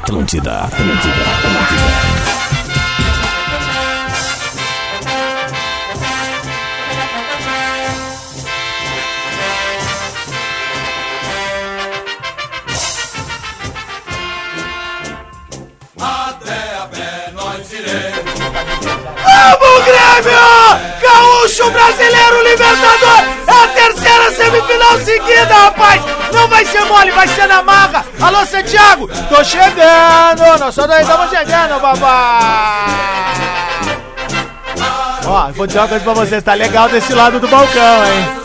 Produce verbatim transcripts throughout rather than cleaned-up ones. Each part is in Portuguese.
Atlântida, Atlântida, Atlântida. Vamos, Grêmio! Gaúcho, Brasileiro, Libertador! É a terceira semifinal seguida, rapaz! Não vai ser mole, vai ser na marra! Alô, Santiago! Tô chegando! Nós só nós estamos chegando, babá! Ó, vou dizer uma coisa pra vocês, tá legal desse lado do balcão, hein?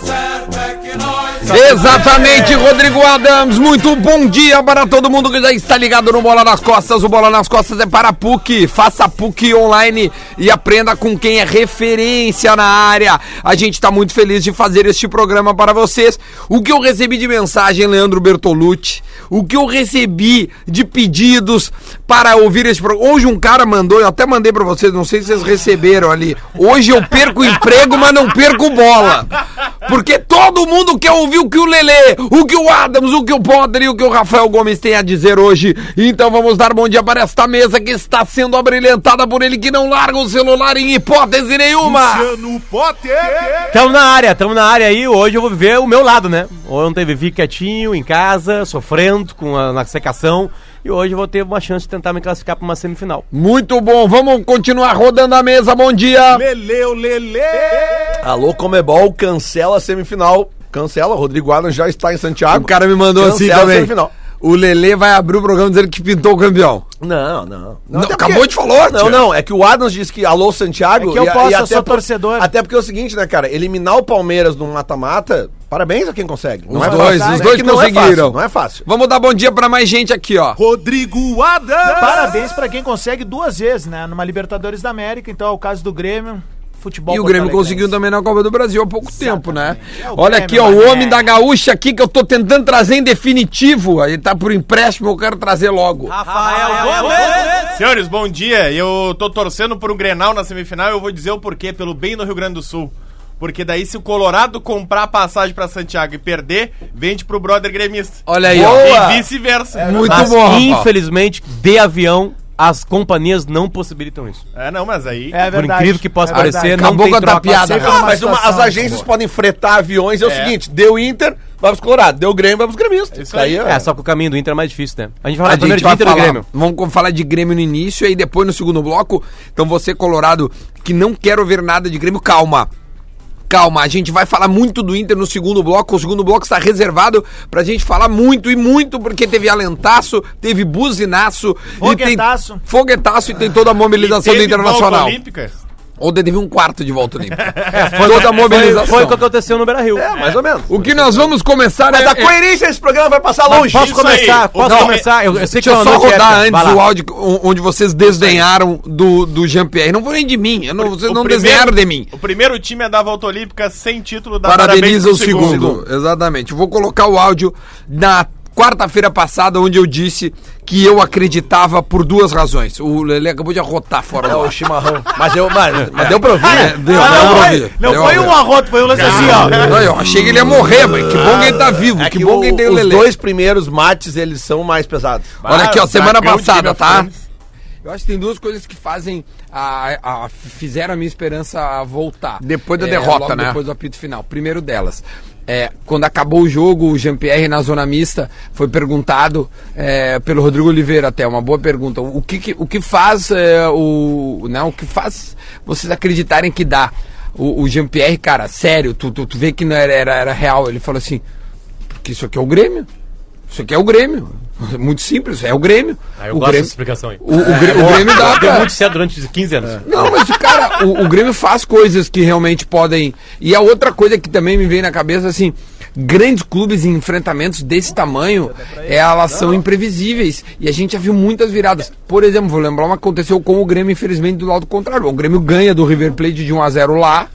Exatamente, Rodrigo Adams, muito bom dia para todo mundo que já está ligado no Bola nas Costas. O Bola nas Costas é para a P U C, faça P U C online e aprenda com quem é referência na área. A gente está muito feliz de fazer este programa para vocês. O que eu recebi de mensagem, Leandro Bertolucci, o que eu recebi de pedidos para ouvir esse programa. Hoje um cara mandou, eu até mandei para vocês, não sei se vocês receberam ali. Hoje eu perco o emprego, mas não perco bola. Porque todo mundo quer ouvir o que o Lelê, o que o Adams, o que o Potter e o que o Rafael Gomes tem a dizer hoje. Então vamos dar bom dia para esta mesa que está sendo abrilhantada por ele, que não larga o celular em hipótese nenhuma. Luciano Potter! Tamo na área, tamo na área aí. Hoje eu vou viver o meu lado, né? Ontem vivi quietinho, em casa, sofrendo com a, na secação. E hoje eu vou ter uma chance de tentar me classificar para uma semifinal. Muito bom, vamos continuar rodando a mesa, bom dia. Leleu, Lelê! Alô, Comebol, cancela a semifinal. Cancela, Rodrigo Adams já está em Santiago. O cara me mandou Cancela assim também. Semifinal. O Lelê vai abrir o programa dizendo que pintou o campeão. Não, não. Não, Não, até acabou porque- de falar, Não, tia. não, é que o Adams disse que alô Santiago. É que eu e, posso, e eu até sou por- torcedor. Até porque é o seguinte, né, cara? Eliminar o Palmeiras num mata-mata, parabéns a quem consegue. Não Os é dois, fácil. os É dois que não é conseguiram. fácil, não é fácil. Vamos dar bom dia pra mais gente aqui, ó. Rodrigo Adams! Parabéns pra quem consegue duas vezes, né? Numa Libertadores da América, então é o caso do Grêmio. Futebol E o Grêmio porto-alegrense. conseguiu também na Copa do Brasil há pouco tempo, né? É o Olha Grêmio, aqui, ó, o mané. homem da gaúcha aqui que eu tô tentando trazer em definitivo. Ele tá por empréstimo, eu quero trazer logo. Rafael Gomes! Senhores, bom dia. Eu tô torcendo por um Grenal na semifinal e eu vou dizer o porquê, pelo bem do Rio Grande do Sul. Porque daí se o Colorado comprar a passagem pra Santiago e perder, vende pro brother gremista. Olha aí, Boa. ó. E vice-versa. Muito Mas, bom, Rafa. infelizmente, de avião, as companhias não possibilitam isso. É, não, mas aí... É Por verdade. incrível que possa É parecer, verdade. não Acabou tem com a troca. tapiada, Sempre cara. uma Mas uma- as situação, agências pô. podem fretar aviões. É o É. seguinte, deu Inter, vai pros Colorado. Deu Grêmio, vai pros gremistas. Isso aí. É, só que o caminho do Inter é mais difícil, né? A gente vai A falar primeiro gente de vai Inter e falar, Grêmio. vamos falar de Grêmio no início e aí depois no segundo bloco. Então você, Colorado, que não quer ouvir nada de Grêmio, calma. Calma, a gente vai falar muito do Inter no segundo bloco. O segundo bloco está reservado pra gente falar muito e muito, porque teve alentaço, teve buzinaço. Foguetaço. E tem, foguetaço e tem toda a mobilização do teve Internacional. volta olímpica? Ontem teve um quarto de volta olímpica. Foi, toda a mobilização. Foi, foi o que aconteceu no Beira-Rio. É, mais ou menos. O que nós vamos começar Mas é... a coerência desse programa vai passar longe. Posso Isso começar? aí. Posso Não, começar? Eu, eu sei que Deixa eu é uma só noite rodar épica. Vai antes lá. o áudio o- onde vocês desdenharam do, do Jean-Pierre. Não foi nem de mim. Eu não, vocês O não primeiro- desdenharam de mim. O primeiro time a dar a volta olímpica sem título dá Parabeniza o pro segundo. Exatamente. Eu vou colocar o áudio na quarta-feira passada, onde eu disse que eu acreditava por duas razões. O Lelê acabou de arrotar fora É do o ar. chimarrão. Mas, eu, mas, mas deu pra ouvir, É, né? deu, Ah, deu não pra foi, ouvir. não Deu foi pra um ouvir. arroto, foi um lance assim, ó. Não, eu achei que ele ia morrer, mas que bom que ele tá vivo. É que, que bom o- que ele tem o os Lelê. dois primeiros mates, eles são mais pesados. Olha aqui, ó, Ah, semana dragão de passada, Game of tá? Thrones. Eu acho que tem duas coisas que fazem a, a- fizeram a minha esperança a voltar. Depois da É, derrota, logo né? Depois do apito final. Primeiro delas, é, quando acabou o jogo, o Jean-Pierre na zona mista foi perguntado é, pelo Rodrigo Oliveira, até uma boa pergunta. O que, que- o que faz é, o, né, o que faz vocês acreditarem que dá? O, o Jean-Pierre, cara, sério, tu, tu, tu vê que não era, era, era real. Ele falou assim, porque isso aqui é o Grêmio. Isso aqui é o Grêmio. Muito simples, é o Grêmio. Ah, eu o gosto Grêmio, dessa explicação aí. o, o Grêmio, o Grêmio dá Deu pra... muito cedo durante quinze anos. Não, mas cara, o, o Grêmio faz coisas que realmente podem... E a outra coisa que também me vem na cabeça, assim, grandes clubes em enfrentamentos desse tamanho, é, elas são imprevisíveis. E a gente já viu muitas viradas. Por exemplo, vou lembrar uma que aconteceu com o Grêmio, infelizmente, do lado contrário. O Grêmio ganha do River Plate de um a zero lá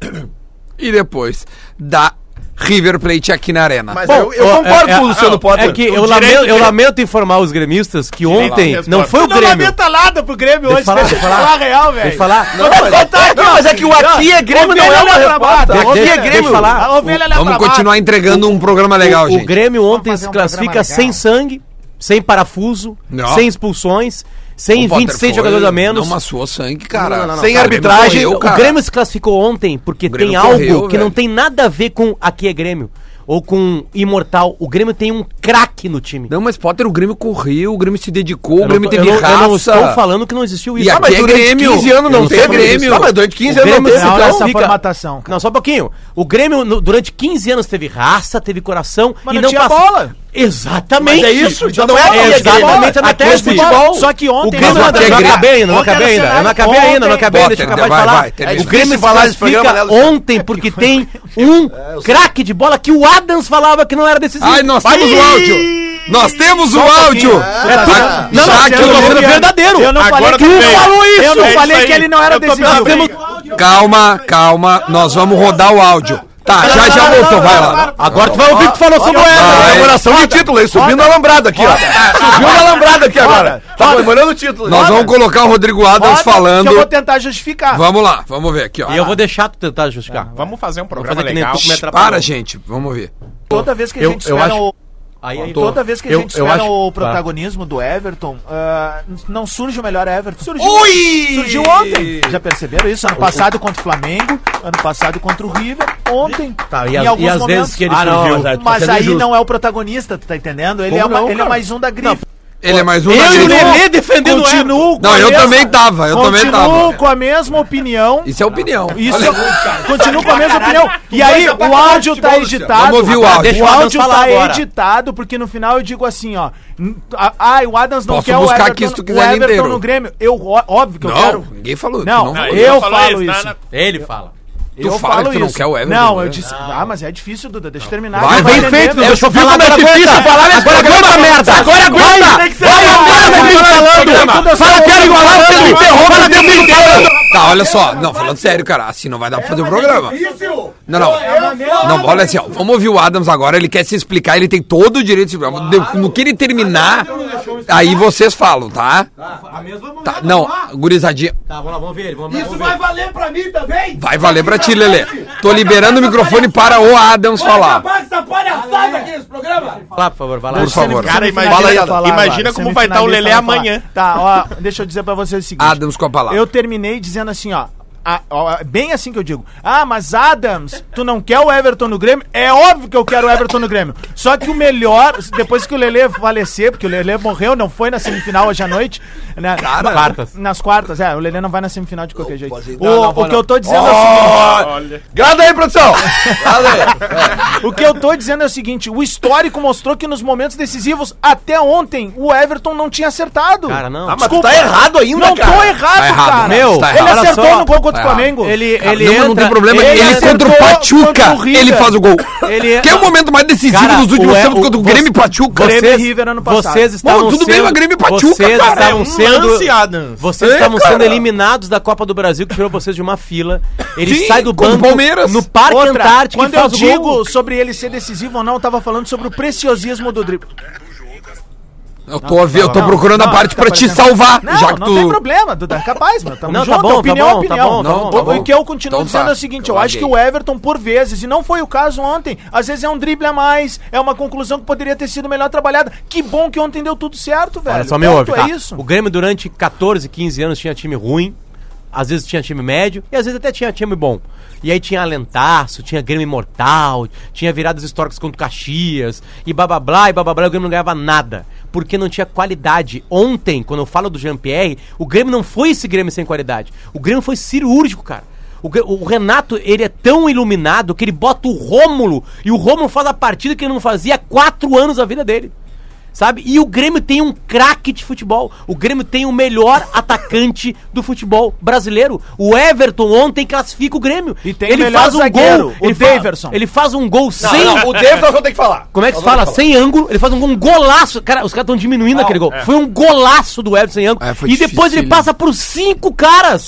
e depois dá River Plate aqui na Arena. Mas Bom, eu, eu ó, concordo é- com o é- Luciano é Potter. que O eu direito lamento, eu de- lamento informar os gremistas que ontem resposta. não foi o Não Grêmio. lamenta nada pro Grêmio Deixa hoje, eu falar, deixa eu deixa eu falar falar. real, velho. Deixa eu falar. Não, mas, não, mas é que o aqui é Grêmio, não é uma resposta. A ovelha Deixa- é deixa eu Grêmio. falar. A ovelha Vamos continuar entregando um programa legal, o, gente. o Grêmio ontem Vamos se fazer um classifica programa legal. sem sangue, sem parafuso, Não. sem expulsões, sem O Potter vinte e seis foi- jogadores a menos. Não maçou sangue, cara. Não, não, não, Sem cara, arbitragem, correu, O cara. Grêmio se classificou ontem porque O Grêmio tem algo correu, que não velho. tem nada a ver com aqui é Grêmio. Ou com Imortal. O Grêmio tem um craque no time. Não, mas Potter, o Grêmio correu, o Grêmio se dedicou, Eu o Grêmio não tô- teve eu não, raça. eu não estou falando que não existiu isso. E Ah, aqui mas é durante Grêmio. quinze anos Eu não sei teve falando Grêmio. isso. Ah, mas durante quinze O anos não Grêmio teve. se Não, então. essa fica- formatação. Não, só um pouquinho. O Grêmio, no- durante quinze anos, teve raça, teve coração. Mas e não não tinha passa- bola. Exatamente. Mas é isso, então não é é aqui é exatamente Grêmio. a Aqui é tese. futebol. Só que ontem... O Grêmio, Mas não, aqui é não Grêmio. acabei ainda, não Ontem acabei era ainda, eu não cenário. acabei ainda, não Ontem- acabei, deixa eu Potter, acabar de vai, falar. vai, termina. O Grêmio se difícil falar esse programa, classifica né, Luciano? ontem porque tem um craque de bola que o Adams falava que não era decisivo. Ai, nós Vai! temos o áudio! Nós temos o áudio! É, Tá- tá- Não, não, já eu que tô o- sendo verdadeiro. Eu não Agora falei que tu ele veio. falou isso. Eu não É falei isso que aí. ele não era Eu tô decisivo. Nós temos... Calma, calma, nós vamos rodar o áudio. Tá, já já voltou, vai lá. Agora tu vai ouvir o que tu falou sobre o Vai. Éder. Comemoração de título, hein? Subindo na alambrada aqui, ó. Subiu na alambrada aqui agora. Tá comemorando o título. Nós vamos colocar o Rodrigo Adams Roda, falando. que eu vou tentar justificar. Vamos lá, vamos ver aqui, ó. E eu vou deixar tu tentar justificar. Vamos fazer um programa fazer que nem legal. tu me atrapalhou. Para, gente, vamos ver. Toda vez que a Eu- gente eu espera acho- o... Aí, aí, Toda vez que a eu- gente eu espera acho- o protagonismo do Everton, ah, não surge o melhor Everton. Surgiu, Ui! surgiu ontem. Já perceberam isso? Ano passado contra o Flamengo, ano passado contra o River, ontem. Tá, e em as- alguns e as momentos. vezes que ele Ah, não, surgiu. mas aí tu tá Mas sendo aí injusto. não é o protagonista, tu tá entendendo? Ele, é, Como uma- não, ele é cara? mais um da grife. Ele é mais um da Eu e o grife. Lelê defendendo o Everton. Continuo com Não, a eu mesma- também tava, eu também Continuo tava. com a mesma opinião. Isso é opinião. Isso, Olha, continuo com a mesma opinião. E aí, manja pra o caralho áudio de tá futebol, Luciano. editado. Vamos ouvir o áudio. Deixa O o Adams áudio falar tá agora. editado, porque no final eu digo assim, ó. n- a- Ai, o Adams não Posso quer buscar o Everton, aqui se tu o quiser ele Everton inteiro. no Grêmio. Eu, ó- óbvio que eu não, quero. ninguém falou. Não, tu Não, falou. ele eu falou falo isso, isso. na- na- Ele fala. Tu eu fala falo que tu não isso. quer o Everton, Não, né? eu disse. Ah, mas é difícil, Duda. Deixa eu terminar. Vai, Não vai entender, feito, meu. deixa eu Viu falar como é agora difícil aguenta. falar nesse Agora programa? aguenta, merda. Agora aguenta! Tem que ser Vai a igual, merda vai, que ele vai, falando! vai, vai, Fala, vai, quero vai, igualar, vai, você vai, me vai, interrompe vai, o tempo vai, inteiro! Tá, olha só. Não, falando sério, cara. Assim não vai dar pra fazer o programa. Não, não. Não, olha assim, ó. Vamos ouvir o Adams agora. Ele quer se explicar. Ele tem todo o direito de se explicar. De- No que ele terminar, aí vocês falam, tá? Tá, não, gurizadinha. Tá, vamos lá, vamos ver ele. Vamos, Isso vai valer pra mim também. Vai valer pra ti, Lelê. Tô liberando o microfone para o Adams falar. essa palhaçada aqui nesse programa. falar, por favor, vai lá. Por favor. Cara, imagina, Semifinalista vai falar imagina agora, como vai estar o Lelê semifinalista vai amanhã. falar. Tá, ó, deixa eu dizer pra vocês o seguinte. Adams com a palavra. Eu terminei dizendo assim, ó. a- ó, bem assim que eu digo. Ah, mas Adams, tu não quer o Everton no Grêmio? É óbvio que eu quero o Everton no Grêmio. Só que o melhor, depois que o Lelê falecer, porque o Lelê morreu, não foi na semifinal hoje à noite. Né? Nas quartas. Nas quartas, é. O Lelê não vai na semifinal de qualquer jeito. pode ir. O, Não, não o vou que não. eu tô dizendo é o seguinte. Olha. Grada aí, produção. Grada aí. O que eu tô dizendo é o seguinte: o histórico mostrou que nos momentos decisivos, até ontem, o Everton não tinha acertado. Cara, não. Ah, mas tu tá errado ainda, Não cara. tô errado, Tá errado, cara. meu, tá ele errado. acertou Olha só. no gol contra Tá o errado. Flamengo. Ele, Cara, ele não, entra, não tem problema. ele Ele, acertou contra o Pachuca, contra o River. ele faz o gol. Ele- Que é o momento mais decisivo Cara, dos últimos o- tempos o- contra o você- Grêmio e Pachuca. Grêmio Vocês, e River ano passado. vocês estavam Bom, tudo bem, sendo, mas Grêmio e Pachuca, vocês cara. estavam É um sendo, lance, Adams. vocês É, estavam cara. sendo eliminados da Copa do Brasil, que tirou vocês de uma fila. Ele Sim, sai do contra o banco Palmeiras. no Parque Outra, Antártico quando e eu faz o digo gol. sobre ele ser decisivo ou não, eu tava falando sobre o preciosismo do drible. Eu tô, ouvi- eu tô Não, procurando não, a parte tá pra te parecendo- salvar, Não, já que não tu... tem problema, Duda, é capaz, meu. Tamo Não, tá junto, bom, tá opinião é bom, tá opinião. bom, tá bom, tá O- bom. O que eu continuo Então dizendo tá, é o seguinte, eu eu acho que larguei. o Everton, por vezes, e não foi o caso ontem, às vezes é um drible a mais, é uma conclusão que poderia ter sido melhor trabalhada. Que bom que ontem deu tudo certo, velho. Olha só, me Ponto, ouve, tá? é isso. O Grêmio durante catorze, quinze anos tinha time ruim, às vezes tinha time médio e às vezes até tinha time bom. E aí tinha Alentaço, tinha Grêmio Imortal, tinha viradas históricas contra o Caxias, e blá blá blá, e blá blá blá, o Grêmio não ganhava nada, porque não tinha qualidade. Ontem, quando eu falo do Jean-Pierre, o Grêmio não foi esse Grêmio sem qualidade. O Grêmio foi cirúrgico, cara. O, Grê- o Renato, ele é tão iluminado que ele bota o Rômulo, e o Rômulo faz a partida que ele não fazia há quatro anos da vida dele. Sabe? E o Grêmio tem um craque de futebol. O Grêmio tem o melhor atacante do futebol brasileiro. O Everton ontem classifica o Grêmio. E tem o melhor zagueiro, o ele fa- Daverson. Ele faz um gol Não, sem... não, o David nós vamos ter que falar. Como é que se Nós vamos fala? falar. Sem ângulo. Ele faz um gol, um golaço. Cara, os caras estão diminuindo aquele gol. Foi um golaço do Everton sem ângulo. É, foi e depois ele dificílimo. passa por cinco caras.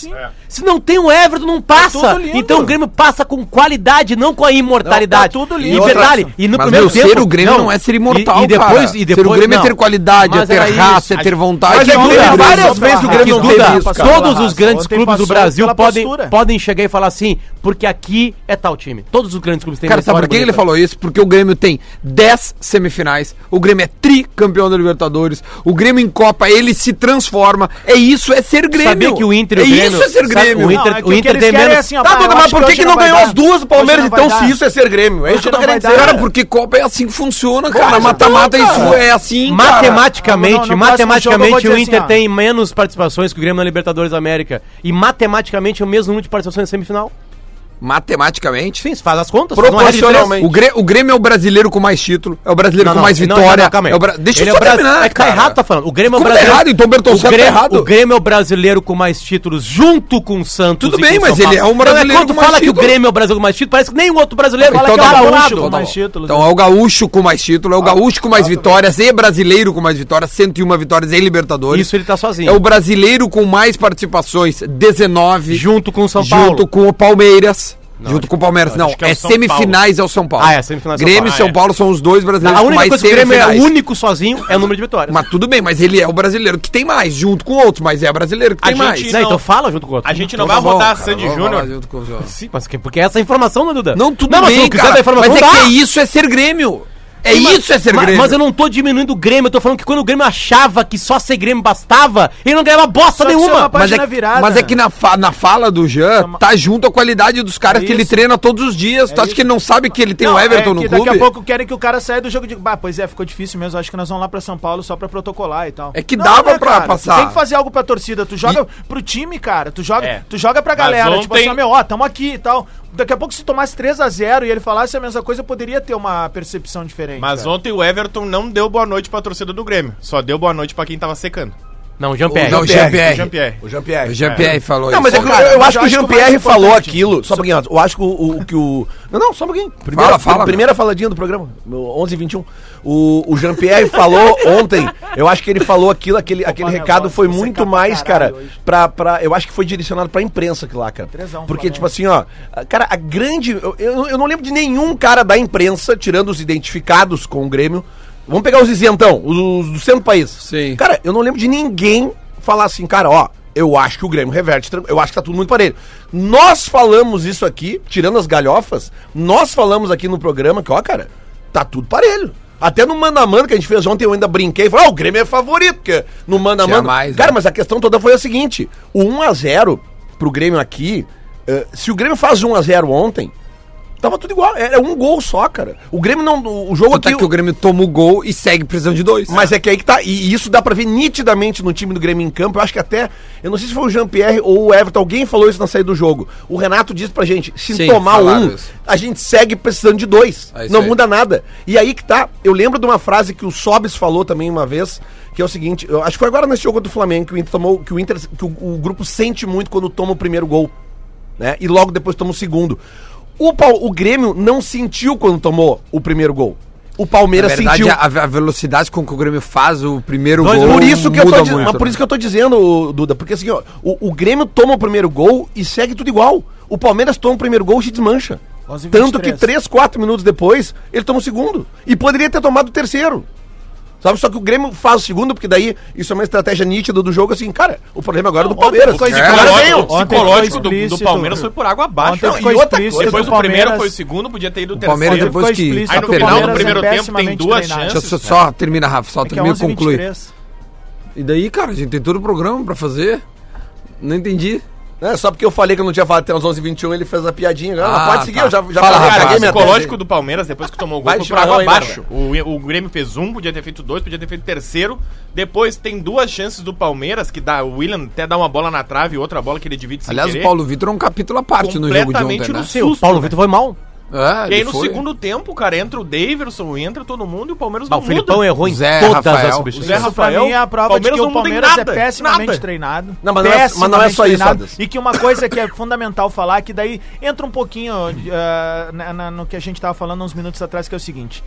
Se não tem o Everton, não passa. tudo lindo. Então o Grêmio passa com qualidade, não com a imortalidade. Não, tá tudo lindo. E Outra- detalhe, e no Mas, primeiro meu, tempo... ser o Grêmio não é ser imortal, e, e depois, cara. E depois, ser o Grêmio não. é ter qualidade, é Mas ter era raça, isso. é ter vontade. Mas é que Duda, Duda, várias várias vezes o Grêmio que não Duda, teve isso, cara. todos os grandes Ontem clubes do passou Brasil pela podem, postura. podem chegar e falar assim, porque aqui é tal time. Todos os grandes clubes têm Cara, uma sabe por que história ele bonita. falou isso? Porque o Grêmio tem dez semifinais, o Grêmio é tricampeão da Libertadores, o Grêmio em Copa, ele se transforma. É isso, é ser Grêmio. Sabia que o Inter e é o Grêmio... isso, é ser sabe, Grêmio. O Inter, Não, é que o o que Inter eles tem querem menos... é assim, ó, Tá, pá, Duda, eu mas acho por que hoje que não não vai ganhou dar. as duas do Palmeiras, Hoje não vai então, dar. se isso é ser Grêmio? É isso que eu tô não vai querendo dar. dizer. Cara, porque Copa é assim que funciona, cara. Bom, Mata-mata, então, isso cara. é assim, cara. Matematicamente, No- no próximo matematicamente jogo eu vou o dizer Inter assim, ó. tem menos participações que o Grêmio na Libertadores da América. E matematicamente é o mesmo número de participações na semifinal. Matematicamente. Sim, se faz as contas. Proporcionalmente. O Grêmio, o Grêmio é o brasileiro com mais título, é o brasileiro Não, com não, mais não, vitória. não, calma aí. é o bra... Deixa Ele eu é só o Bra- terminar, É que tá cara. errado, tá falando. O Grêmio é o Como tá brasileiro. errado? Então o Bertoncelli o Grêmio, tá errado. O Grêmio é o brasileiro com mais títulos junto com o Santos. Tudo e bem, com o mas São ele Paulo. é um brasileiro Não, é quando com tu fala mais que o título. Grêmio é o brasileiro com mais títulos, parece que nenhum outro brasileiro Fala fala que que é é o gaúcho. gaúcho com mais títulos. Então é o gaúcho com mais título, é o gaúcho com mais vitórias e brasileiro com mais vitórias, cento e uma vitórias em Libertadores. Isso ele tá sozinho. É o brasileiro com mais participações, dezenove. Junto com o São Paulo. Junto com o Palmeiras. junto com o Palmeiras. Não, acho que é o é São semifinais é o São Paulo. Ah, é, semifinais São Grêmio Paulo. e São Ah, é. Paulo são os dois brasileiros A com única mais coisa que o Grêmio é semifinais. único sozinho é o número de vitórias. Mas tudo bem, mas ele é o brasileiro que tem mais, junto com outros, mas é brasileiro que A tem gente mais. Não, não- então fala junto com o outro. A gente não Então vai tá bom, rodar cara, Sandy vamos falar Júnior. junto com os outros. Sim, mas que- porque essa é a informação, né, Duda? Não, tudo não, mas se bem, não quiser cara. dar informação, Mas é dá. que é isso, é ser Grêmio. É Sim, mas- isso, é ser mas, Grêmio. Mas eu não tô diminuindo o Grêmio, eu tô falando que quando o Grêmio achava que só ser Grêmio bastava, ele não ganhava bosta Só que isso é nenhuma. uma Mas é, página virada. mas é que na, fa- na fala do Jean, tá junto a qualidade dos caras É que ele isso. treina todos os dias. tu acha isso. que ele não sabe que ele tem Não, o Everton é no que clube? daqui a pouco querem que o cara saia do jogo de... Bah, pois é, ficou difícil mesmo. Acho que nós vamos lá pra São Paulo só pra protocolar e tal. É que dava pra cara, passar. Tu tem que fazer algo pra torcida. Tu joga pro time, cara. Tu joga, É. tu joga pra Mas galera. Tipo ontem- assim, ó, meu, ó, tamo aqui e tal. Daqui a pouco se tomasse três a zero e ele falasse a mesma coisa, poderia ter uma percepção diferente. Mas cara. ontem o Everton não deu boa noite pra torcida do Grêmio. Só deu boa noite pra quem tava secando. Não, o Jean-Pierre. Não, o Jean-Pierre. Jean-Pierre. O Jean-Pierre. O Jean-Pierre. O Jean-Pierre falou Não, isso. mas é que Pô, eu- cara, eu, mas acho eu que o acho que o mais Jean-Pierre falou importante- aquilo. Só um pouquinho antes. Eu acho que o, o- que o. Não, não, só um pouquinho. Primeira, Fala, fala, primeira faladinha do programa. onze e vinte e um. O, o Jean-Pierre falou ontem. Eu acho que ele falou aquilo, aquele, aquele meu recado voz, foi vou muito secar pra mais, caralho cara, hoje. pra, pra. Eu acho que foi direcionado pra imprensa aquilo lá, cara. Trezão, Porque, Flamengo. tipo assim, ó. Cara, a grande. Eu, eu, eu não lembro de nenhum cara da imprensa, tirando os identificados com o Grêmio. Vamos pegar os isentão, os, os do centro do país. Sim. Cara, eu não lembro de ninguém falar assim, cara, ó, eu acho que o Grêmio reverte, tran- eu acho que tá tudo muito parelho. Nós falamos isso aqui, tirando as galhofas, nós falamos aqui no programa que, ó, cara, tá tudo parelho. Até no Mano a Mano que a gente fez ontem, eu ainda brinquei e falei, ó, o Grêmio é favorito, porque no Mano a Tinha Mano... mais, Cara, né? mas a questão toda foi a seguinte, o um a zero pro Grêmio aqui, eh, se o Grêmio faz um a zero ontem, tava tudo igual, era um gol só, cara. O Grêmio não, o jogo Tanto é aqui... que o Grêmio toma o gol e segue precisando de dois. Mas é que aí que tá, e isso dá pra ver nitidamente no time do Grêmio em campo. Eu acho que até, eu não sei se foi o Jean-Pierre ou o Everton, alguém falou isso na saída do jogo. O Renato disse pra gente, se Sim, tomar falaram um, isso. a gente segue precisando de dois. É isso não aí. muda nada. E aí que tá, eu lembro de uma frase que o Sobis falou também uma vez, que é o seguinte, eu acho que foi agora nesse jogo do Flamengo, que o Inter tomou, que o Inter, que o, o grupo sente muito quando toma o primeiro gol, né? E logo depois toma o segundo. O, Pau- o Grêmio não sentiu quando tomou o primeiro gol. O Na Palmeiras verdade, sentiu. a, a velocidade com que o Grêmio faz o primeiro Mas gol por isso que eu muda tô, diz- muito, mas por né? isso que eu tô dizendo, Duda, porque assim, ó, o, o Grêmio toma o primeiro gol e segue tudo igual. O Palmeiras toma o primeiro gol e se desmancha. onze e vinte e Tanto que três. três, quatro minutos depois, ele toma o segundo. E poderia ter tomado o terceiro. Sabe? Só que o Grêmio faz o segundo, porque daí isso é uma estratégia nítida do jogo, assim, cara, o problema agora é do Palmeiras. ficou É, explícito. agora Ontem veio. o Ontem psicológico ficou do, do explícito. Palmeiras foi por água abaixo. Ontem Não, ficou e outra explícito coisa, depois do do primeiro Palmeiras- foi o segundo, podia ter ido o O Palmeiras terceiro. depois que explícito tá Aí no que o final do perdendo... Palmeiras primeiro é tempo tem pessimamente duas treinado. chances. Deixa eu só, só termina, Rafa, só É que é termina e onze e vinte e conclui. três. E daí, cara, a gente tem todo o programa pra fazer. Não entendi. É, só porque eu falei que eu não tinha falado até os onze e vinte e um, ele fez a piadinha. Ah, Ah, pode seguir, tá. eu já, já Fala, falei, Rafa, Cara, o caguei minha psicológico tese. do Palmeiras, depois que tomou o gol, Vai foi de por água chimarrão aí, abaixo. O, o Grêmio fez um, podia ter feito dois, podia ter feito terceiro. Depois tem duas chances do Palmeiras, que dá, o William até dá uma bola na trave e outra bola que ele divide sem Aliás, querer. o Paulo Vitor é um capítulo à parte no jogo de Completamente ontem, né? no Sim, o susto, Paulo né? Vitor foi mal. É, E aí ele no foi. segundo tempo, cara, entra o Daverson, entra todo mundo e o Palmeiras Ah, não o Filipão muda. errou em Zé, todas Rafael. as O substituições. Zé Isso pra Rafael, mim é a prova Palmeiras de que não o muda em Palmeiras nada, é pessimamente nada. treinado. Não, mas não é- mas não é só isso, treinado, Adas. E que uma coisa que é fundamental falar, que daí entra um pouquinho ah, na- na- no que a gente tava falando uns minutos atrás, que é o seguinte.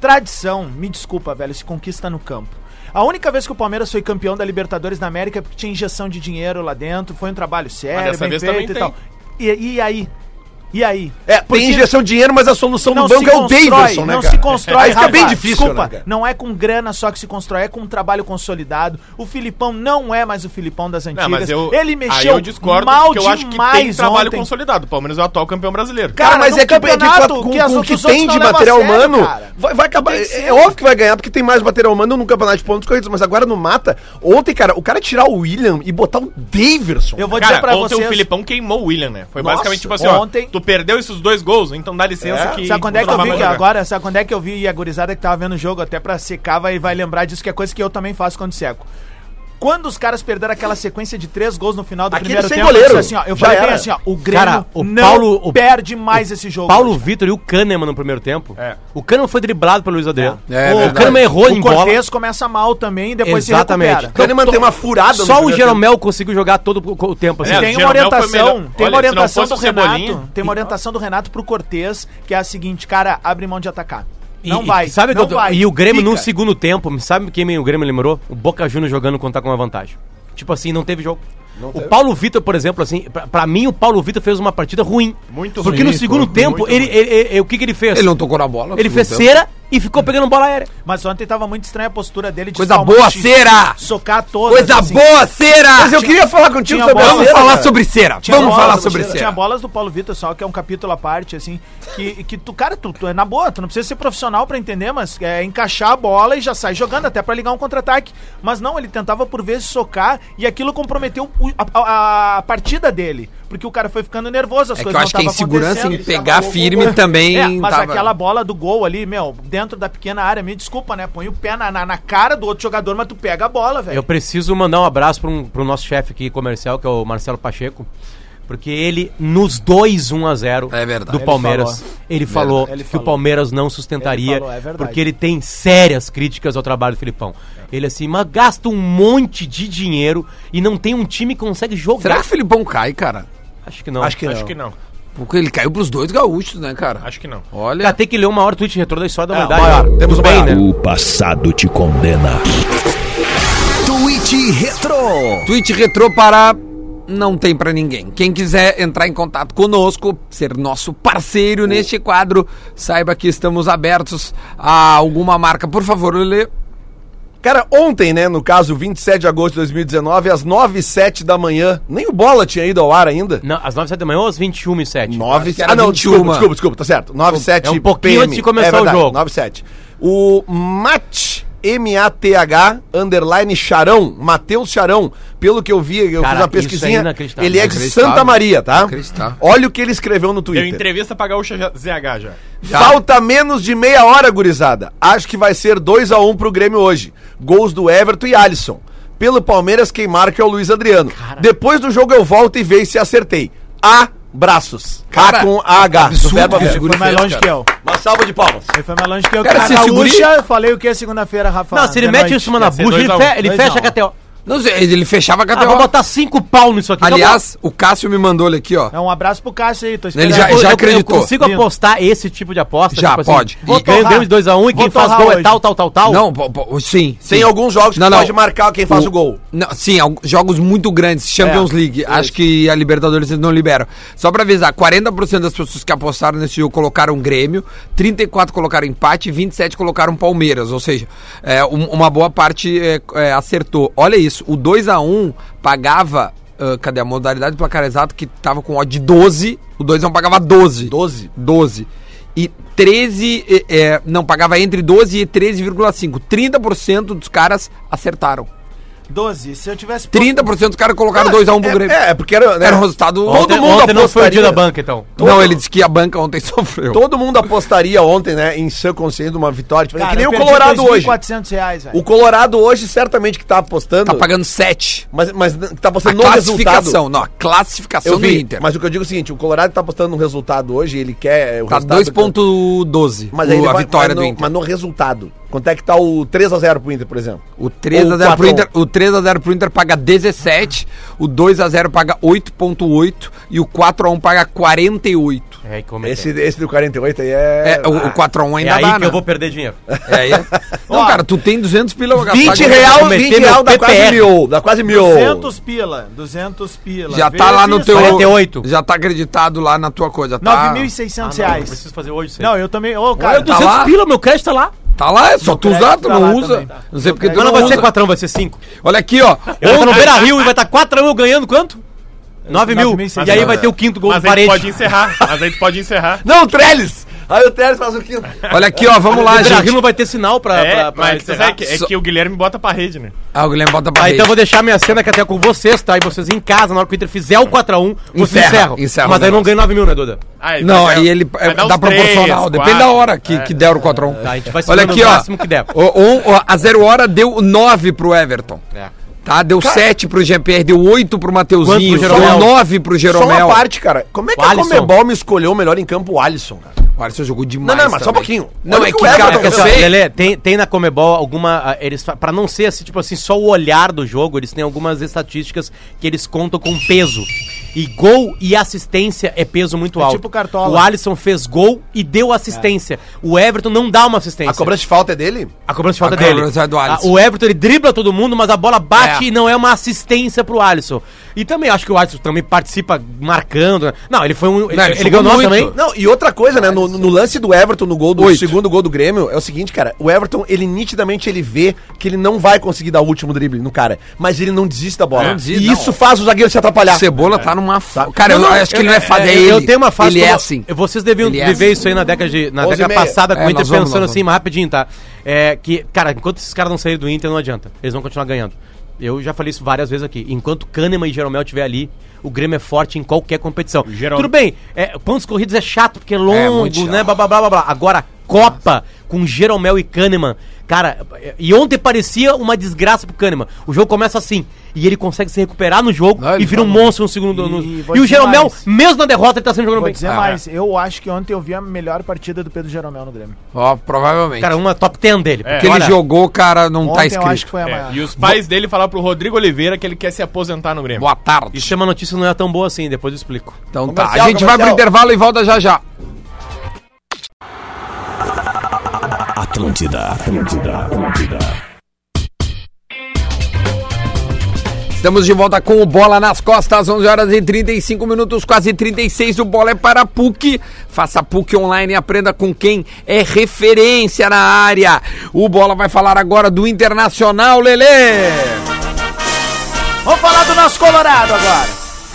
Tradição, me desculpa, velho, se conquista no campo. A única vez que o Palmeiras foi campeão da Libertadores da América é porque tinha injeção de dinheiro lá dentro, foi um trabalho sério, dessa bem vez feito também e tem. tal. E, e aí? E aí? É, Porque tem injeção de dinheiro, mas a solução não do banco se é o constrói, Davidson, né, não cara? se constrói, Aí fica bem Rafa, difícil, desculpa, né, cara? não é com grana só que se constrói, é com um trabalho consolidado. O Filipão não é mais o Filipão das antigas. Não, mas eu, Ele aí mexeu eu discordo, mal porque eu acho que tem demais trabalho ontem. consolidado. O Palmeiras é o atual campeão brasileiro. Cara, mas num é que, é que campeonato com, que as com o outros que tem outros de não levam a material sério, humano, cara. vai, vai acabar. Tem É, que ser. é óbvio que vai ganhar, porque tem mais material humano no campeonato de pontos corridos. Mas agora no mata, ontem, cara, o cara tirar o William e botar o Daverson. Eu vou Cara, dizer pra ontem vocês... o Filipão queimou o William, né? Foi Nossa, basicamente tipo assim, ó, ontem- tu perdeu esses dois gols, então dá licença É. que... Sabe quando é que eu tu não vi vai que mais jogar. agora, sabe quando é que eu vi e a gurizada que tava vendo o jogo, até pra secar, vai, vai lembrar disso, que é coisa que eu também faço quando seco. Quando os caras perderam aquela sequência de três gols no final do Aquele primeiro sem tempo, goleiro, eu disse assim, ó, eu já falei bem era. assim, ó, o Grêmio Cara, o não Paulo- o- perde mais esse jogo. Paulo hoje. Vitor e o Kahneman no primeiro tempo. É. O Kahneman foi driblado pelo Luiz Adriano. É o verdade. Kahneman errou em O bola. Cortez começa mal também, depois Exatamente. se recupera. O Kahneman tem uma furada no Só o primeiro Jeromel conseguiu jogar todo o o tempo. Assim. É, Tem o uma Jeromel foi orientação, melhor. tem uma Olha, se não orientação do fosse o Cebolinha- Renato, tem uma orientação do Renato pro Cortez, que é a seguinte, cara, abre mão de atacar. Não E- vai, e sabe não que eu- vai. E o Grêmio Fica. no segundo tempo, sabe quem o Grêmio lembrou? O Boca Juniors jogando quando tá com uma vantagem. Tipo assim, não teve jogo. o Paulo Vitor, por exemplo, assim, pra, pra mim o Paulo Vitor fez uma partida ruim. Muito Porque ruim, no segundo foi tempo, muito ele, ruim. ele, ele- o que que ele fez? Ele não tocou na bola. Ele no fez segundo cera e ficou pegando bola aérea. Mas ontem tava muito estranha a postura dele de Coisa espalmar boa, o time, cera! socar todas. Coisa assim. boa, cera! Mas eu queria falar contigo tinha sobre bola, a Vamos cera, falar cara. sobre cera. Tinha Vamos bolas falar do- sobre Tinha cera. bolas do Paulo Vitor só, que é um capítulo à parte, assim, que, que tu, cara, tu, tu é na boa, tu não precisa ser profissional pra entender, mas é encaixar a bola e já sai jogando, até pra ligar um contra-ataque. Mas não, ele tentava por vezes socar e aquilo comprometeu o- a, a- a partida dele, porque o cara foi ficando nervoso, as É que coisas eu acho que a tavam insegurança em acontecendo. pegar firme também É, mas tava- aquela bola do gol ali, meu, dentro da pequena área, me desculpa, né? Põe o pé na, na, na cara do outro jogador, mas tu pega a bola, velho. Eu preciso mandar um abraço para um, pro nosso chefe aqui comercial, que é o Marcelo Pacheco. Porque ele, nos dois um a zero É verdade. do Ele Palmeiras, falou. ele falou Ele que falou. o Palmeiras não sustentaria, Ele falou, é verdade. porque ele tem sérias críticas ao trabalho do Filipão. Ele assim, mas gasta um monte de dinheiro e não tem um time que consegue jogar. Será que o Filipão cai, cara? Acho que não. Acho que Acho não. que não. Porque ele caiu pros dois gaúchos, né, cara? Acho que não. Olha. Cara, tem que ler o maior tweet retrô da história da É, humanidade. o maior. Temos Tudo o bem, maior. né? O passado te condena. Tweet Retro. Tweet retrô para não tem pra ninguém. Quem quiser entrar em contato conosco, ser nosso parceiro neste quadro, saiba que estamos abertos a alguma marca. Por favor, Lelê. Cara, ontem, né, no caso, vinte e sete de agosto de dois mil e dezenove, às nove e sete da manhã, nem o Bola tinha ido ao ar ainda. Não, às nove e sete da manhã ou às vinte e uma e sete? nove Acho que era Ah, não, vinte e desculpa, uma. desculpa, desculpa, tá certo. nove e sete É um pouquinho P M. antes de começar É verdade, o jogo. nove e sete O Match, M A T H, underline Charão, Matheus Charão, pelo que eu vi, eu Cara, fiz uma isso é pesquisinha, inacreditável. ele é de Inacreditável. Santa Maria, tá? Inacreditável. Olha o que ele escreveu no Deu Twitter. entrevista pra Gaúcha Z H já. Falta menos de meia hora, gurizada. Acho que vai ser dois a um pro Grêmio hoje. Gols do Everton e Alisson. Pelo Palmeiras, quem marca é o Luiz Adriano. Depois do jogo eu volto e vejo se acertei. Abraços. Cara, A com A H. absurdo do verbo que esse haver. guri Foi mais fez, longe cara. que eu. Uma salva de palmas. Ele foi mais longe que eu. Cara, se esse guri- Gaúcha, falei o que segunda-feira, Rafa? Não, se ele de mete noite. isso na Ia ser bucha, ele, dois a um. fe- ele Dois fecha a a K T O. Não sei, ele fechava a Ah, K T O. vou botar cinco pau nisso aqui. Aliás, o Cássio me mandou ele aqui, ó. É um abraço pro Cássio aí, tô Ele esperando. já- eu, já eu- acreditou. Eu consigo Lindo. apostar esse tipo de aposta? Já, tipo pode. E Vou ganha torrar. de dois a um e Vou quem faz torrar gol é hoje. tal, tal, tal, tal? Não, po- po- sim, sim. Tem alguns jogos que Não, não. pode marcar quem faz o, gol. Não, sim, al- jogos muito grandes, Champions É, League. isso. Acho que a Libertadores eles não liberam. Só pra avisar, quarenta por cento das pessoas que apostaram nesse jogo colocaram Grêmio, trinta e quatro por cento colocaram empate e vinte e sete por cento colocaram Palmeiras. Ou seja, é, um- uma boa parte é, é, acertou. Olha isso, o dois a um pagava, ah, cadê a modalidade de placar exato que tava com odd de doze, o dois a um pagava doze. doze? doze. E treze, é, é, não, pagava entre doze e treze vírgula cinco. trinta por cento dos caras acertaram. doze. Se eu tivesse... trinta por cento dos caras colocaram dois a um pro É, Grêmio. é, é porque era, né, Era um resultado... Todo Ontem, mundo ontem não foi o dia apostaria- da banca, então. Não, ele disse que a banca ontem sofreu. todo mundo apostaria ontem, né, em sã consciência de uma vitória. Tipo, Cara, que nem eu o perdi Colorado dois mil e hoje. quatrocentos reais, velho. O Colorado hoje certamente que tá apostando, Tá pagando sete. mas, mas tá A apostando no classificação, resultado. não, a classificação Eu do vi, Inter. mas o que eu digo é o seguinte, o Colorado tá apostando no resultado hoje, ele quer é, o Tá resultado dois ponto doze Mas aí ele a vai- vitória mas do no, Inter. Mas no resultado. Quanto é que tá o três a zero pro Inter, por exemplo? O três a zero pro Inter, o três a zero pro Inter paga dezessete, o dois a zero paga oito vírgula oito e o quatro a um paga quarenta e oito. É, e como é Esse, que é? esse do quarenta e oito aí é... É, o, o quatro a um É ainda aí dá, que né? eu vou perder dinheiro. É aí. Não, cara, tu tem duzentos pila pra gastar. vinte agora. real, meter vinte meu real dá P P quase R. mil. Dá quase mil. duzentos pila, duzentos pila. Já tá lá no vezes teu... quarenta e oito. Já tá acreditado lá na tua coisa, tá? nove mil e seiscentos Ah, não, reais. preciso fazer hoje isso aí. Não, eu também... Ô, Cara, cara, tá duzentos lá? pila, meu crédito tá lá. Tá lá, é só tu crédito usar, tu tá não lá usa. também. Não sei porque tu Mas não não vai ser usa. quatro, vai ser cinco. Olha aqui, ó. Eu vou estar no Beira Rio e vai estar quatro a um ganhando quanto? nove mil. nove mil e seiscentos. E aí vai ter o quinto gol Mas do aí tu parede. pode encerrar. Mas aí tu pode encerrar. Não, o Trellis! Aí o Trellis faz o quê? Olha aqui, ó, vamos O lá, Beira Rio gente. não vai ter sinal pra, É, pra, pra mas encerrar. é que, é que o Guilherme bota pra rede, né? Ah, o Guilherme bota pra Ah, rede. então eu vou deixar minha cena que até é com vocês, tá? E vocês em casa, na hora que o Inter fizer o quatro a um, vocês Encerra, encerram. encerra Mas o aí não negócio. ganha nove mil, né, Duda? Ah, Não, vai dar- aí ele vai é, dar dá uns proporcional. três, Depende quatro. da hora que, que der o quatro a um. Tá, a gente vai Olha segurando aqui, o ó. máximo que der. O, um, ó, a zero hora deu nove pro Everton. É. Tá? Deu sete pro Jean Pierre, deu oito pro Mateuzinho, Quanto pro deu Jeromel? nove pro Só Jeromel. uma parte, cara. Como é que O a Alisson. Comebol me escolheu melhor em campo o Alisson, cara? O Alisson jogou Não, demais. não, mas só um também. pouquinho. Não, Olha é o que, o cara, Everton quer fez. saber? Lelê, tem, tem na Comebol alguma. ah, Eles, fa- pra não ser assim, tipo assim, só o olhar do jogo, eles têm algumas estatísticas que eles contam com peso. E gol e assistência é peso muito É alto. tipo Cartola. O Alisson fez gol e deu assistência. O Everton não dá uma assistência. A cobrança de falta é dele? A cobrança de falta A dele. cobrança é do Alisson. Ah, o Everton ele dribla todo mundo, mas a bola bate É. e não é uma assistência pro Alisson. E também acho que o Alisson também participa marcando. né? Não, ele foi um. Ele, Não, ele ele jogou ganhou muito. também. Não, e outra coisa, né? No, no lance do Everton, no gol do Oito. segundo gol do Grêmio, é o seguinte, cara. O Everton, ele nitidamente ele vê que ele não vai conseguir dar o último drible no cara. Mas ele não desiste da bola. Não desiste, e não. isso faz o zagueiro se atrapalhar. Cebola tá numa. Fa... Cara, Não, eu não, acho que ele não é fase, é, É, ele. Eu tenho uma fase. Ele é como- assim. Vocês deviam Ele é viver assim. isso aí na década, de, na onze e década meia. passada com É, o Inter nós vamos, pensando nós assim, vamos. mais rapidinho, tá? É que, cara, enquanto esses caras não saírem do Inter, não adianta. Eles vão continuar ganhando. Eu já falei isso várias vezes aqui. Enquanto Kahneman e Jeromel estiver ali, o Grêmio é forte em qualquer competição. Jerome- Tudo bem, é, pontos corridos é chato porque é muito longo, chato. né? Blá, blá, blá, blá, blá. Agora, Copa com Jeromel e Kahneman. Cara, e ontem parecia uma desgraça pro Kahneman. O jogo começa assim, e ele consegue se recuperar no jogo Não, ele e vira um tá- monstro no segundo. E no- vou E, o dizer Jeromel, mais. mesmo na derrota, ele tá sempre jogando Vou bem. dizer Ah, mais, eu acho que ontem eu vi a melhor partida do Pedro Jeromel no Grêmio. Ó, provavelmente. Cara, uma top dez dele. É. que ele olha, jogou, cara, não tá Ontem eu escrito. acho que foi a É, maior. e os pais dele falaram pro Rodrigo Oliveira que ele quer se aposentar no Grêmio. Boa tarde. Isso é uma notícia que não é tão boa assim, depois eu explico. Então tá, Comercial, a gente vai pro comercial. intervalo e volta já já. Atlântida, Atlântida, Atlântida. Estamos de volta com o Bola nas Costas, onze horas e trinta e cinco minutos, quase trinta e seis. O Bola é para a PUC. Faça a PUC online e aprenda com quem é referência na área. O Bola vai falar agora do Internacional, Lelê. Vamos falar do nosso Colorado agora.